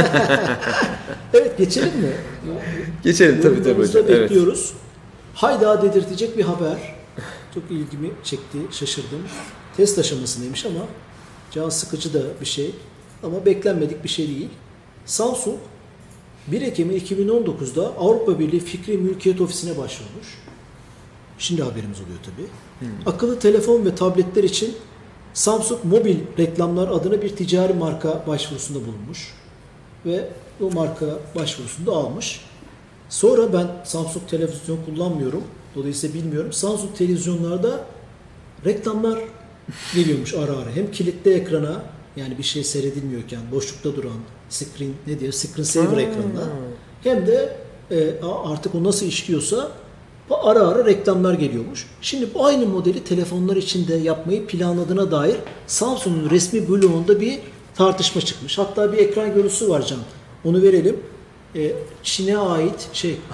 Evet geçelim mi? Geçelim tabii hocam. Bekliyoruz. Evet. Hayda dedirtecek bir haber. Çok ilgimi çekti, şaşırdım. Test aşamasındaymış ama can sıkıcı da bir şey. Ama beklenmedik bir şey değil. Samsung 1 Ekim 2019'da Avrupa Birliği Fikri Mülkiyet Ofisi'ne başvurmuş. Şimdi haberimiz oluyor tabii. Akıllı telefon ve tabletler için Samsung Mobil Reklamlar adına bir ticari marka başvurusunda bulunmuş. Ve o marka başvurusunu da almış. Sonra ben Samsung televizyon kullanmıyorum. Dolayısıyla bilmiyorum. Samsung televizyonlarda reklamlar geliyormuş ara ara. Hem kilitli ekrana yani bir şey seyredilmiyorken boşlukta duran screensaver ekranına hem de artık o nasıl işliyorsa ara ara reklamlar geliyormuş. Şimdi bu aynı modeli telefonlar için de yapmayı planladığına dair Samsung'un resmi bloğunda bir tartışma çıkmış. Hatta bir ekran görüntüsü var Can. Onu verelim. Çin'e ait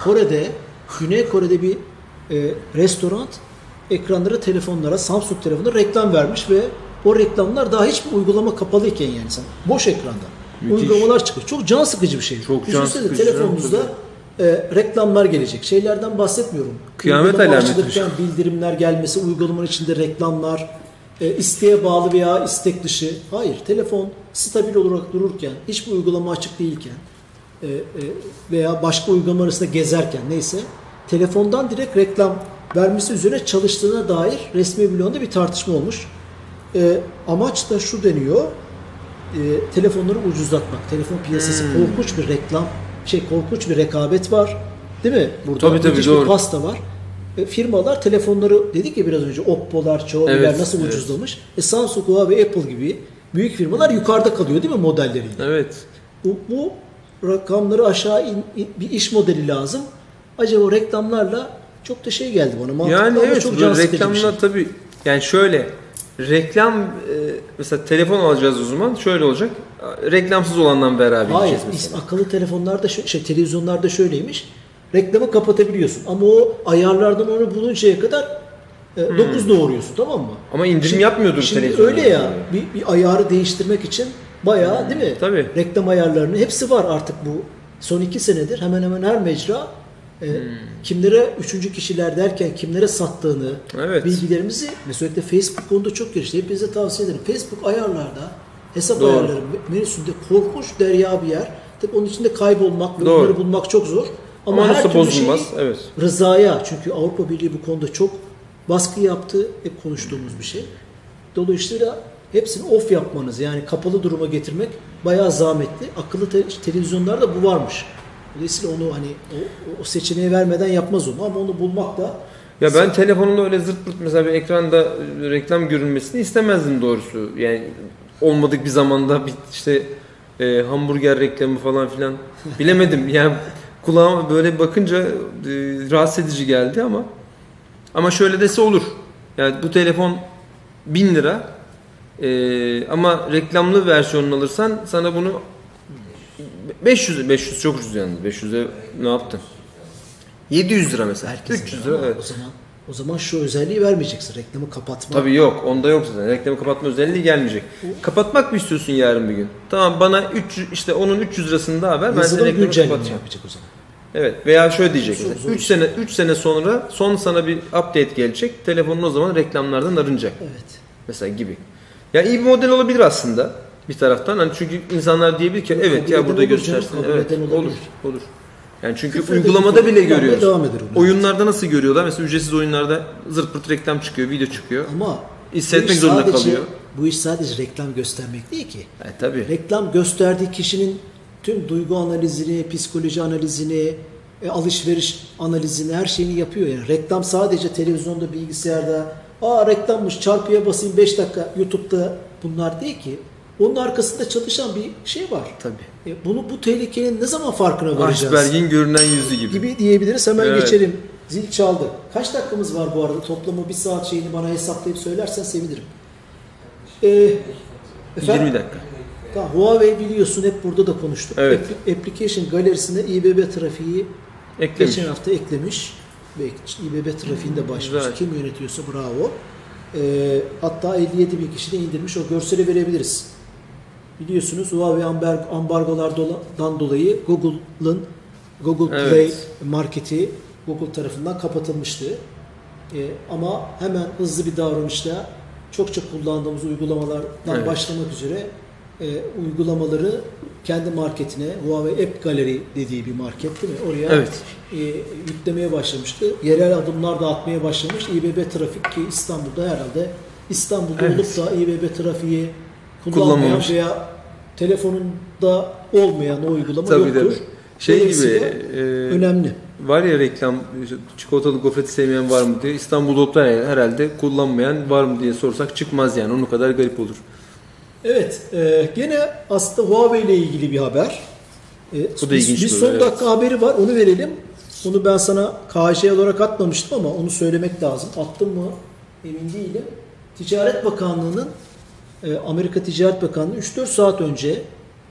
Güney Kore'de bir restoran ekranlara, telefonlara, Samsung telefonlara reklam vermiş ve o reklamlar daha hiçbir uygulama kapalıyken yani boş ekranda uygulamalar çıkıyor. Çok can sıkıcı bir şey. Çok can sıkıcı. Telefonunuzda reklamlar gelecek. Şeylerden bahsetmiyorum. Kıyamet alameti. Bildirimler gelmesi, uygulamanın içinde reklamlar, isteğe bağlı veya istek dışı. Hayır, telefon stabil olarak dururken, hiçbir uygulama açık değilken veya başka uygulama arasında gezerken neyse telefondan direkt reklam vermesi üzerine çalıştığına dair resmi bloğunda bir tartışma olmuş. Amaç da şu deniyor. Telefonları ucuzlatmak. Telefon piyasası korkunç bir korkunç bir rekabet var. Değil mi? Burada tabii, doğru. Bir pasta var. Firmalar telefonları dedik ya biraz önce Oppo'lar, Xiaomi'ler nasıl ucuzlamış. Samsung, Huawei ve Apple gibi büyük firmalar yukarıda kalıyor değil mi modelleriyle? Evet. Bu rakamları aşağı bir iş modeli lazım. Acaba o reklamlarla çok da geldi bana. Mantıklı yani evet çok bu reklamlar tabii yani şöyle reklam mesela telefon alacağız o zaman şöyle olacak. Reklamsız olandan beraber gideceğiz mesela. Hayır, akıllı telefonlarda televizyonlarda şöyleymiş. Reklamı kapatabiliyorsun ama o ayarlardan onu buluncaya kadar 9 doğuruyorsun, tamam mı? Ama indirim yapmıyordur televizyon. Şimdi öyle ya bir ayarı değiştirmek için bayağı değil mi? Tabii. Reklam ayarlarının hepsi var artık bu. Son 2 senedir hemen hemen her mecra kimlere üçüncü kişiler derken kimlere sattığını bilgilerimizi mesela Facebook konuda çok gelişti. Hepinize tavsiye ederim. Facebook ayarlarda hesap ayarları menüsünde korkunç derya bir yer. Tabii onun içinde kaybolmak ve onları bulmak çok zor. Ama her türlü bozulmaz. Rızaya, çünkü Avrupa Birliği bu konuda çok baskı yaptı. Hep konuştuğumuz bir şey. Dolayısıyla hepsini off yapmanız, yani kapalı duruma getirmek bayağı zahmetli. Akıllı televizyonlarda bu varmış. Dolayısıyla onu o seçeneği vermeden yapmaz onu, ama onu bulmak da Ya ben telefonumda öyle zırt pırt mesela bir ekranda reklam görünmesini istemezdim doğrusu. Yani olmadık bir zamanda bir işte hamburger reklamı falan filan bilemedim. Yani kulağıma böyle bakınca rahatsız edici geldi ama şöyle dese olur. Yani bu telefon 1000 lira ama reklamlı versiyonunu alırsan sana bunu 500 çok ucuz yalnız. 500'e ne yaptın? 700 lira mesela. Herkesin 300 lira evet. O zaman şu özelliği vermeyeceksin. Reklamı kapatma. Tabii yok. Onda yok zaten. Reklamı kapatma özelliği gelmeyecek. Kapatmak mı istiyorsun yarın bir gün? Tamam bana 300 işte onun 300 lirasını daha ver. Ben sana reklamı kapatacağım. Yapacak o zaman. Evet veya şöyle diyecek. 3 sene sonra sana bir update gelecek. Telefonun o zaman reklamlardan arınacak. Evet. Mesela gibi. Ya iyi bir model olabilir aslında bir taraftan. Hani çünkü insanlar diyebilir ki evet ya burada göstersin. Evet olur. Yani çünkü uygulamada bile görüyoruz. Oyunlarda nasıl görüyorlar? Mesela ücretsiz oyunlarda zırt pırt reklam çıkıyor, video çıkıyor. Ama hissetmek zorunda kalıyor. Bu iş sadece reklam göstermek değil ki. Tabii. Reklam gösterdiği kişinin tüm duygu analizini, psikoloji analizini, alışveriş analizini, her şeyini yapıyor. Yani reklam sadece televizyonda, bilgisayarda, reklammış çarpıya basayım 5 dakika YouTube'da bunlar değil ki. Onun arkasında çalışan bir şey var. Tabii. Bu tehlikenin ne zaman farkına varacağız? Iceberg'in görünen yüzü gibi diyebiliriz. Hemen geçelim. Zil çaldı. Kaç dakikamız var bu arada? Toplamı 1 saat şeyini bana hesaplayıp söylersen sevinirim. 20 dakika. Tamam, Huawei biliyorsun hep burada da konuştuk. Evet. Application galerisine İBB trafiği geçen hafta eklemiş. İBB trafiğinde başlamış. Güzel. Kim yönetiyorsa bravo. Hatta 57 bin kişi de indirmiş. O görseli verebiliriz. Biliyorsunuz Huawei ambargolardan dolayı Google Play marketi Google tarafından kapatılmıştı. Ama hemen hızlı bir davranışla çokça kullandığımız uygulamalardan başlamak üzere uygulamaları kendi marketine, Huawei App Gallery dediği bir market değil mi? Oraya yüklemeye başlamıştı. Yerel adımlar da atmaya başlamış. İBB trafik ki İstanbul'da herhalde olup da İBB trafiği kullanmayan veya telefonunda olmayan o uygulama yoktur. Şey gibi önemli. Var ya reklam çikolatalı gofreti sevmeyen var mı diye İstanbul'da herhalde kullanmayan var mı diye sorsak çıkmaz yani onun kadar garip olur. Evet, gene aslında Huawei ile ilgili bir haber. Bu da ilginç bir son dakika haberi var, onu verelim. Onu ben sana KJ olarak atmamıştım ama onu söylemek lazım. Attım mı emin değilim. Ticaret Bakanlığı'nın Amerika Ticaret Bakanlığı 3-4 saat önce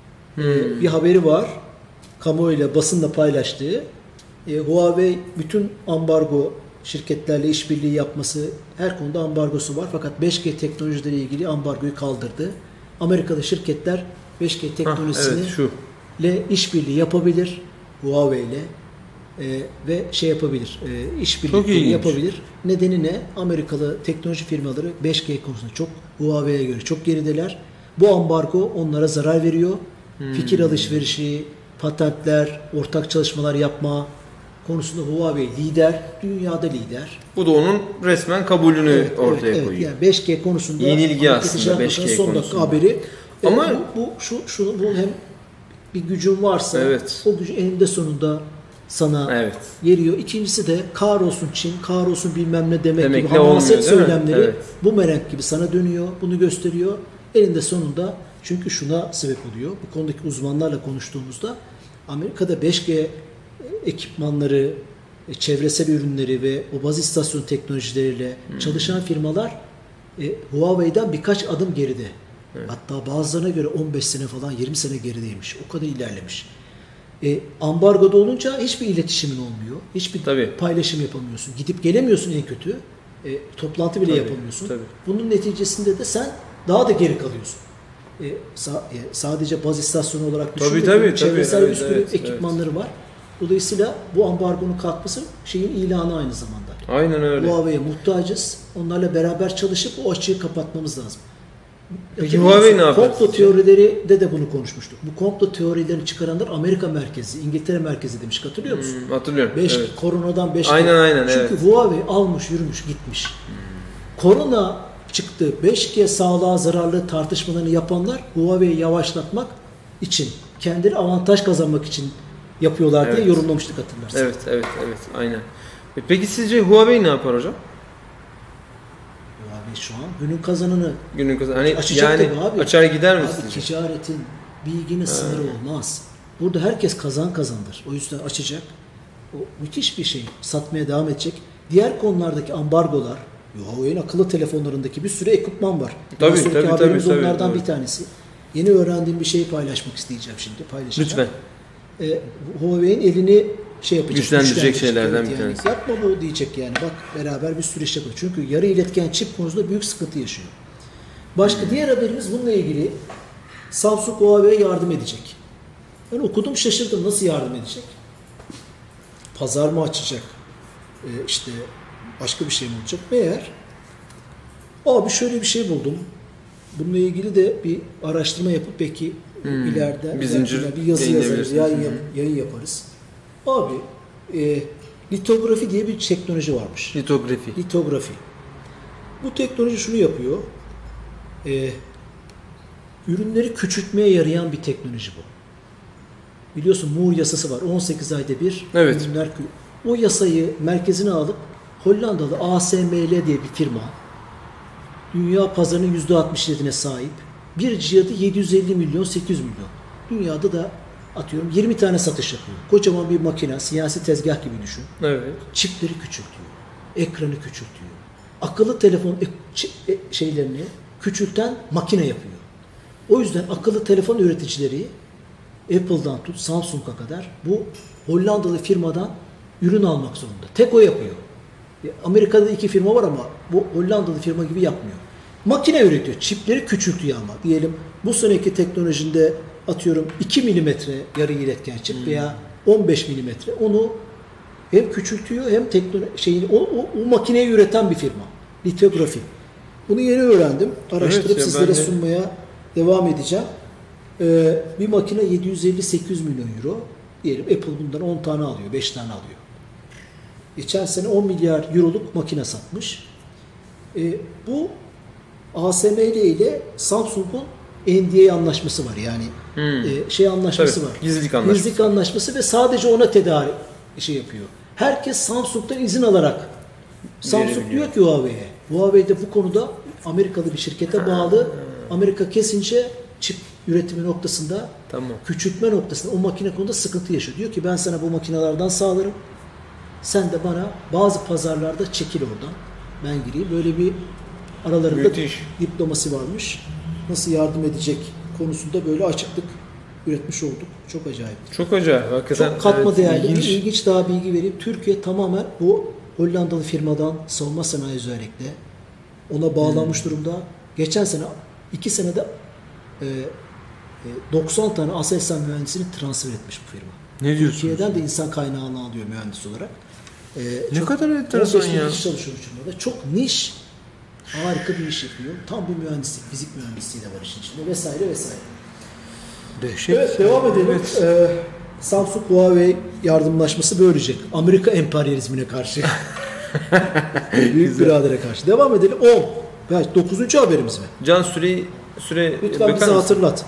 bir haberi var. Kamuoyuyla, basınla paylaştığı. Huawei bütün ambargo şirketlerle işbirliği yapması, her konuda ambargosu var. Fakat 5G teknolojileriyle ilgili ambargoyu kaldırdı. Amerika'da şirketler 5G teknolojisiyle işbirliği yapabilir Huawei ile ve yapabilir. İşbirliği yapabilir. Nedeni ne? Amerikalı teknoloji firmaları 5G konusunda çok Huawei'ye göre çok gerideler. Bu ambargo onlara zarar veriyor. Fikir alışverişi, patentler, ortak çalışmalar yapma konusunda Huawei lider, dünyada lider. Bu da onun resmen kabulünü ortaya koyuyor. Yani 5G konusunda yenilgi aslında 5G son dakika haberi. Ama bunun hem bir gücün varsa o gücü eninde sonunda sana veriyor. İkincisi de kahrolsun Çin, kahrolsun bilmem ne demek gibi hamaset söylemleri bu merak gibi sana dönüyor. Bunu gösteriyor. Eninde sonunda çünkü şuna sebep oluyor. Bu konudaki uzmanlarla konuştuğumuzda Amerika'da 5G ekipmanları, çevresel ürünleri ve o baz istasyon teknolojileriyle çalışan firmalar Huawei'den birkaç adım geride. Hatta bazılarına göre 15 sene falan 20 sene gerideymiş. O kadar ilerlemiş. Ambargoda olunca hiçbir iletişimin olmuyor. Hiçbir paylaşım yapamıyorsun. Gidip gelemiyorsun en kötü. Toplantı bile yapamıyorsun. Bunun neticesinde de sen daha da geri kalıyorsun. Sadece baz istasyonu olarak düşünmeyin. Çevresel bir sürü ekipmanları var. Dolayısıyla bu ambargonun kalkması şeyin ilanı aynı zamanda. Aynen öyle. Huawei'ye muhtacız. Onlarla beraber çalışıp o açığı kapatmamız lazım. Peki Huawei ne yapıyor? Komplo teorileri de bunu konuşmuştuk. Bu komplo teorilerini çıkaranlar Amerika merkezi, İngiltere merkezi demiş. Hatırlıyor musun? Hatırlıyorum. Koronadan 5 Aynen. Çünkü Huawei almış, yürümüş, gitmiş. Korona çıktı. 5G sağlığa zararlı tartışmalarını yapanlar Huawei'yi yavaşlatmak için, kendileri avantaj kazanmak için yapıyorlar diye yorumlamıştık hatırlarsın. Evet. Aynen. Peki sizce Huawei ne yapar hocam? Abi şu an günün kazananı. Hani Açacak yani abi. açar gider mi Abi sizce? ticaretin, bilginin sınırı olmaz. Burada herkes kazandır. O yüzden açacak. O müthiş bir şey. Satmaya devam edecek. Diğer konulardaki ambargolar, Huawei'nin akıllı telefonlarındaki bir sürü ekipman var. Tabii, Daha sonraki tabii, haberimiz tabii, onlardan tabii. bir tanesi. Yeni öğrendiğim bir şeyi paylaşmak isteyeceğim şimdi. Paylaşacağım. Lütfen. Huawei'nin elini şey yapacak. Güçlendirecek şeylerden bir yani. tanesi. Yapma bu diyecek yani. Bak beraber bir sürü iş yapalım. Çünkü yarı iletken çip konusunda büyük sıkıntı yaşıyor. Başka diğer haberimiz bununla ilgili. Samsung Huawei'ye yardım edecek. Ben okudum şaşırdım. Nasıl yardım edecek? Pazar mı açacak? İşte başka bir şey mi olacak? Meğer abi şöyle bir şey buldum. Bununla ilgili de bir araştırma yapıp belki ileride bir yazı yazarız, yayın yaparız. Abi litografi diye bir teknoloji varmış. Litografi. Bu teknoloji şunu yapıyor. Ürünleri küçültmeye yarayan bir teknoloji bu. Biliyorsun Moore yasası var. 18 ayda bir ürünler. O yasayı merkezine alıp Hollandalı ASML diye bir firma dünya pazarının %67'ne sahip. Bir cihadı 750 milyon, 800 milyon. Dünyada da atıyorum 20 tane satış yapıyor. Kocaman bir makine, siyasi tezgah gibi düşün. Evet. Çipleri küçültüyor. Ekranı küçültüyor. Akıllı telefon şeylerini küçülten makine yapıyor. O yüzden akıllı telefon üreticileri Apple'dan tut Samsung'a kadar bu Hollandalı firmadan ürün almak zorunda. Tek o yapıyor. Amerika'da 2 firma var ama bu Hollandalı firma gibi yapmıyor. Makine üretiyor. Çipleri küçültüyor ama. Diyelim bu seneki teknolojinde atıyorum 2 milimetre yarı iletken çip veya 15 milimetre. Onu hem küçültüyor hem o makineyi üreten bir firma. Litografi. Bunu yeni öğrendim. Araştırıp sizlere sunmaya devam edeceğim. Bir makine 750-800 milyon euro. Diyelim Apple bundan 10 tane alıyor, 5 tane alıyor. Geçen sene 10 milyar euroluk makine satmış. Bu ASML ile Samsung'un NDA anlaşması var. Yani anlaşması var. Gizlilik anlaşması ve sadece ona tedarik yapıyor. Herkes Samsung'dan izin alarak Samsung diyor ki Huawei de bu konuda Amerikalı bir şirkete bağlı. Amerika kesince çip üretimi noktasında, küçültme noktasında o makine konuda sıkıntı yaşıyor. Diyor ki ben sana bu makinelerden sağlarım. Sen de bana bazı pazarlarda çekil oradan. Ben gireyim. Böyle bir aralarında diplomasi varmış. Nasıl yardım edecek konusunda böyle açıklık üretmiş olduk. Çok acayip. Çok acayip. Hakikaten çok katma değerli. İlginç daha bilgi vereyim. Türkiye tamamen bu Hollandalı firmadan savunma sanayi özellikle ona bağlanmış durumda. Geçen sene 2 senede 90 tane Aselsan mühendisini transfer etmiş bu firma. Ne diyorsun? Türkiye'den de insan kaynağını alıyor mühendis olarak. Ne kadar enteresan ya. Çalışıyor firmada. Çok niş, harika bir iş yapıyor. Tam bir mühendislik, fizik mühendisliği de var işin içinde vesaire vesaire. Dehşet. Evet, devam edelim. Samsung Huawei yardımlaşması böylece. Amerika emperyalizmine karşı. Büyük biradere karşı. Devam edelim. 9. haberimiz mi? Can süre lütfen bize hatırlat.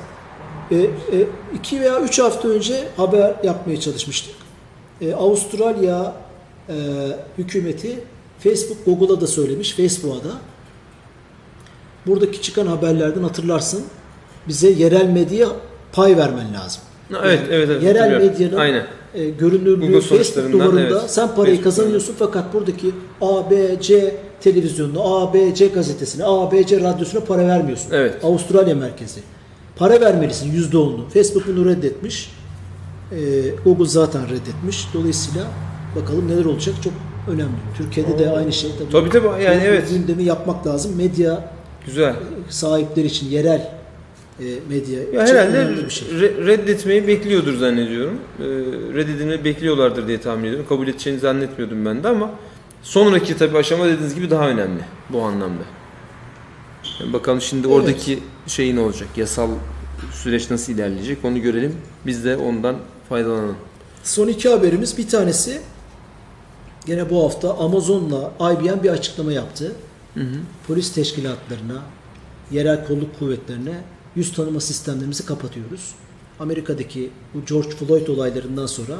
2 veya 3 hafta önce haber yapmaya çalışmıştık. Avustralya hükümeti Facebook, Google'a da söylemiş, Facebook'a da. Buradaki çıkan haberlerden hatırlarsın. Bize yerel medya pay vermen lazım. Evet. Yerel medyanın görünürlüğü Facebook duvarında sen parayı kazanıyorsun fakat buradaki ABC televizyonuna, ABC gazetesine, ABC radyosuna para vermiyorsun. Evet. Avustralya merkezi. Para vermelisin %10'unu. Facebook bunu reddetmiş. Google zaten reddetmiş. Dolayısıyla bakalım neler olacak çok önemli. Türkiye'de de aynı şey. Tabii yani evet. Gündemi yapmak lazım. Medya sahipleri için yerel medya ya herhalde bir şey. Reddetmeyi bekliyordur zannediyorum. Reddedilmeyi bekliyorlardır diye tahmin ediyorum. Kabul edeceğini zannetmiyordum ben de ama sonraki tabii aşama dediğiniz gibi daha önemli bu anlamda. Yani bakalım şimdi oradaki şey ne olacak? Yasal süreç nasıl ilerleyecek? Onu görelim. Biz de ondan faydalanalım. Son 2 haberimiz, bir tanesi gene bu hafta Amazon'la IBM bir açıklama yaptı. Polis teşkilatlarına, yerel kolluk kuvvetlerine yüz tanıma sistemlerimizi kapatıyoruz. Amerika'daki bu George Floyd olaylarından sonra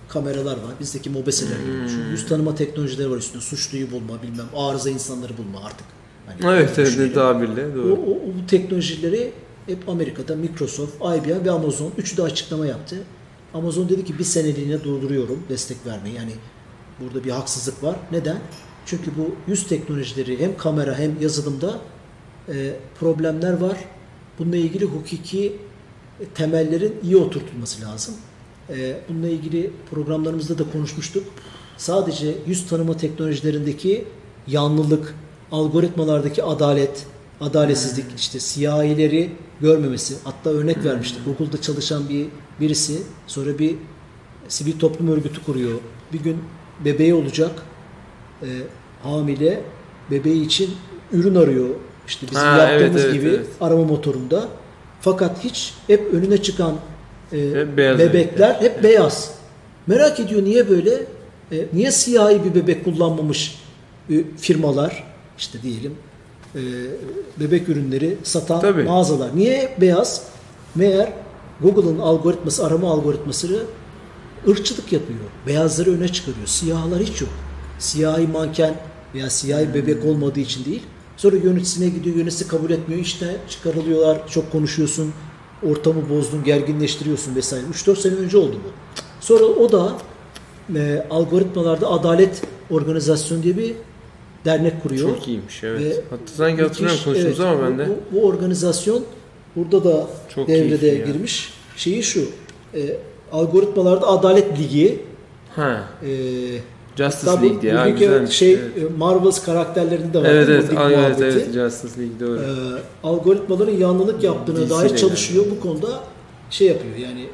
kameralar var. Bizdeki mobeseler gibi düşün. Yüz tanıma teknolojileri var üstünde. Suçluyu bulma, bilmem arıza insanları bulma artık. Hani Evet, evet, tabirle doğru. Bu teknolojileri hep Amerika'da Microsoft, IBM ve Amazon üçü de açıklama yaptı. Amazon dedi ki bir seneliğine durduruyorum destek vermeyi. Yani burada bir haksızlık var. Neden? Çünkü bu yüz teknolojileri hem kamera hem yazılımda problemler var. Bununla ilgili hukuki temellerin iyi oturtulması lazım. Bununla ilgili programlarımızda da konuşmuştuk. Sadece yüz tanıma teknolojilerindeki yanlılık, algoritmalardaki adaletsizlik, işte siyahileri görmemesi. Hatta örnek vermiştik. Google'da çalışan birisi sonra bir sivil toplum örgütü kuruyor. Bir gün bebeği olacak, hamile, bebeği için ürün arıyor. İşte bizim yaptığımız gibi arama motorunda. Fakat hep önüne çıkan bebekler hep beyaz. Merak ediyor niye böyle? Niye siyahi bir bebek kullanmamış firmalar, işte diyelim bebek ürünleri satan mağazalar. Niye hep beyaz? Meğer Google'ın algoritması, arama algoritması ırkçılık yapıyor. Beyazları öne çıkarıyor. Siyahlar hiç yok. Siyahi manken veya siyahi bebek olmadığı için değil. Sonra yöneticisine gidiyor, yöneticisi kabul etmiyor. İşte çıkarılıyorlar, çok konuşuyorsun, ortamı bozdun, gerginleştiriyorsun vesaire. 3-4 sene önce oldu bu. Sonra o da algoritmalarda Adalet Organizasyonu diye bir dernek kuruyor. Çok iyiymiş, evet. Hatta sanki hatırlıyorum konuştuğumuz ama ben de. Bu organizasyon burada da çok devrede girmiş. Şeyi şu, algoritmalarda Adalet Ligi. Justice League diye. Evet. Marvel's karakterlerinde de var. Evet, Justice League doğru. Algoritmaların yanlılık yaptığına dair çalışıyor. Bu konuda şey yapıyor. Yani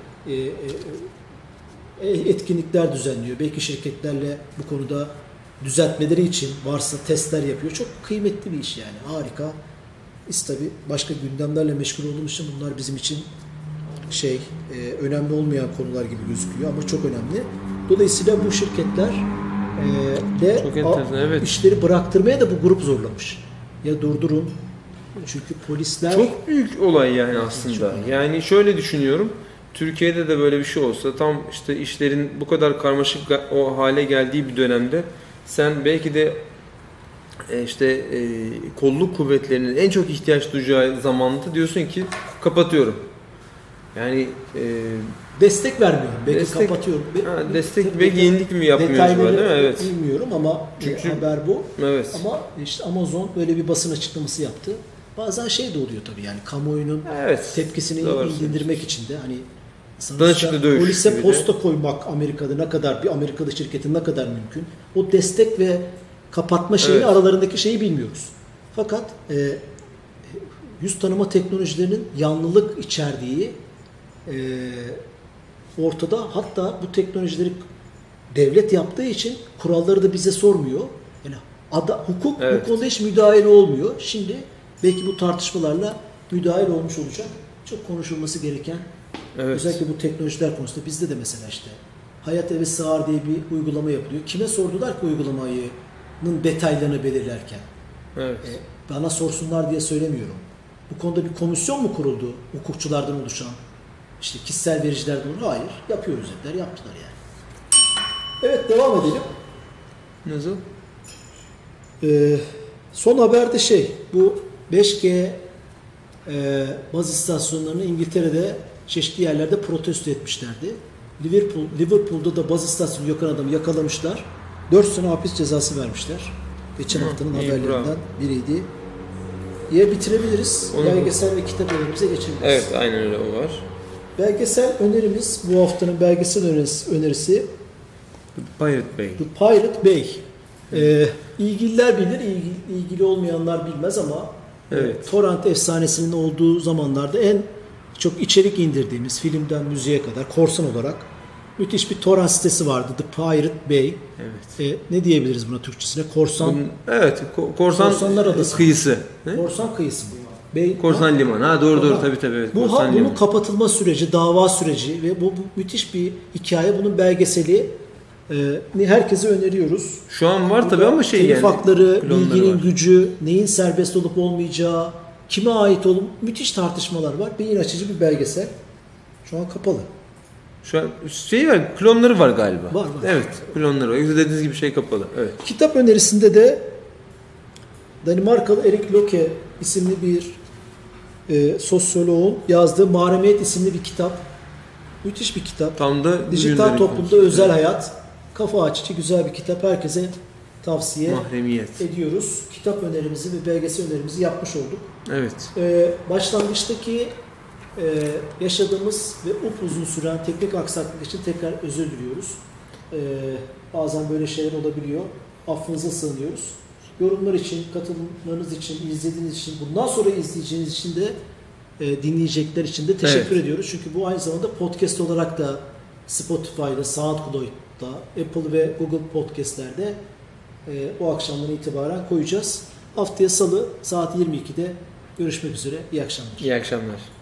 etkinlikler düzenliyor. Belki şirketlerle bu konuda düzeltmeleri için varsa testler yapıyor. Çok kıymetli bir iş yani. Harika. Biz tabii başka gündemlerle meşgul olduğumuz için bunlar bizim için önemli olmayan konular gibi gözüküyor ama çok önemli. Dolayısıyla bu şirketler işleri bıraktırmaya da bu grup zorlamış. Ya durdurun. Çünkü polisler... Çok büyük olay yani aslında. Yani şöyle düşünüyorum. Türkiye'de de böyle bir şey olsa, tam işte işlerin bu kadar karmaşık o hale geldiği bir dönemde sen belki de kolluk kuvvetlerinin en çok ihtiyaç duyacağı zamanda diyorsun ki kapatıyorum. Yani destek vermiyorum. Belki kapatıyorum. Destek ve yenilik mi yapmıyor acaba, değil mi? Evet. Bilmiyorum ama haber bu. Evet. Ama işte Amazon böyle bir basın açıklaması yaptı. Bazen de oluyor tabii yani kamuoyunun tepkisini indirmek için de hani polise posta koymak Amerika'da ne kadar, bir Amerika'da şirketin ne kadar mümkün. O destek ve kapatma şeyini aralarındaki şeyi bilmiyoruz. Fakat yüz tanıma teknolojilerinin yanlılık içerdiği ortada. Hatta bu teknolojileri devlet yaptığı için kuralları da bize sormuyor. Yani hukuk bu konuda hiç müdahale olmuyor. Şimdi belki bu tartışmalarla müdahale olmuş olacak. Çok konuşulması gereken özellikle bu teknolojiler konusunda bizde de mesela Hayat Eve Sığar diye bir uygulama yapılıyor. Kime sordular ki uygulamanın detaylarını belirlerken? Bana sorsunlar diye söylemiyorum. Bu konuda bir komisyon mu kuruldu hukukçulardan oluşan? İşte kişisel vericilerden oluşan? Hayır. Yapıyoruz dediler. Yaptılar yani. Evet, devam edelim. Nasıl? Son haberde bu 5G baz istasyonlarını İngiltere'de çeşitli yerlerde protesto etmişlerdi. Liverpool'da da baz istasyonu yakan adamı yakalamışlar. 4 sene hapis cezası vermişler. Geçen haftanın haberlerinden biriydi. Bitirebiliriz. Belgesel ve kitap önerimize geçebiliriz. Evet, aynen öyle, o var. Belgesel önerimiz, bu haftanın belgesel önerisi Pirate Bay. The Pirate Bay. İlgililer bilir, ilgili olmayanlar bilmez ama torrent efsanesinin olduğu zamanlarda en çok içerik indirdiğimiz, filmden müziğe kadar korsan olarak müthiş bir torrent sitesi vardı. The Pirate Bay. Ne diyebiliriz buna Türkçesine? Korsan. Korsanlar adası. Kıyısı. Korsan kıyısı bu. Korsan limanı. Doğru tabii. Evet. Bunun kapatılma süreci, dava süreci ve bu müthiş bir hikaye. Bunun belgeseli herkese öneriyoruz. Şu an var tabii ama telif hakları, bilginin gücü, neyin serbest olup olmayacağı, kime ait olup müthiş tartışmalar var. Beyin açıcı bir belgesel. Şu an kapalı. Şu an şey var, klonları var galiba. Var. Evet, klonları var. Yoksa dediğiniz gibi şey kapalı. Evet. Kitap önerisinde de Danimarkalı Erik Loke isimli bir sosyoloğun yazdığı Mahremiyet isimli bir kitap. Müthiş bir kitap. Tam da dijital toplumda özel hayat. Kafa açıcı güzel bir kitap. Herkese tavsiye ediyoruz. Kitap önerimizi ve belgesel önerimizi yapmış olduk. Evet. Başlangıçtaki yaşadığımız ve upuzun süren teknik aksaklık için tekrar özür diliyoruz. Bazen böyle şeyler olabiliyor. Affınıza sığınıyoruz. Yorumlar için, katılımlarınız için, izlediğiniz için, bundan sonra izleyeceğiniz için de dinleyecekler için de teşekkür ediyoruz. Çünkü bu aynı zamanda podcast olarak da Spotify'da, SoundCloud'da, Apple ve Google Podcast'lerde o akşamdan itibaren koyacağız. Haftaya Salı saat 22'de görüşmek üzere. İyi akşamlar. İyi akşamlar.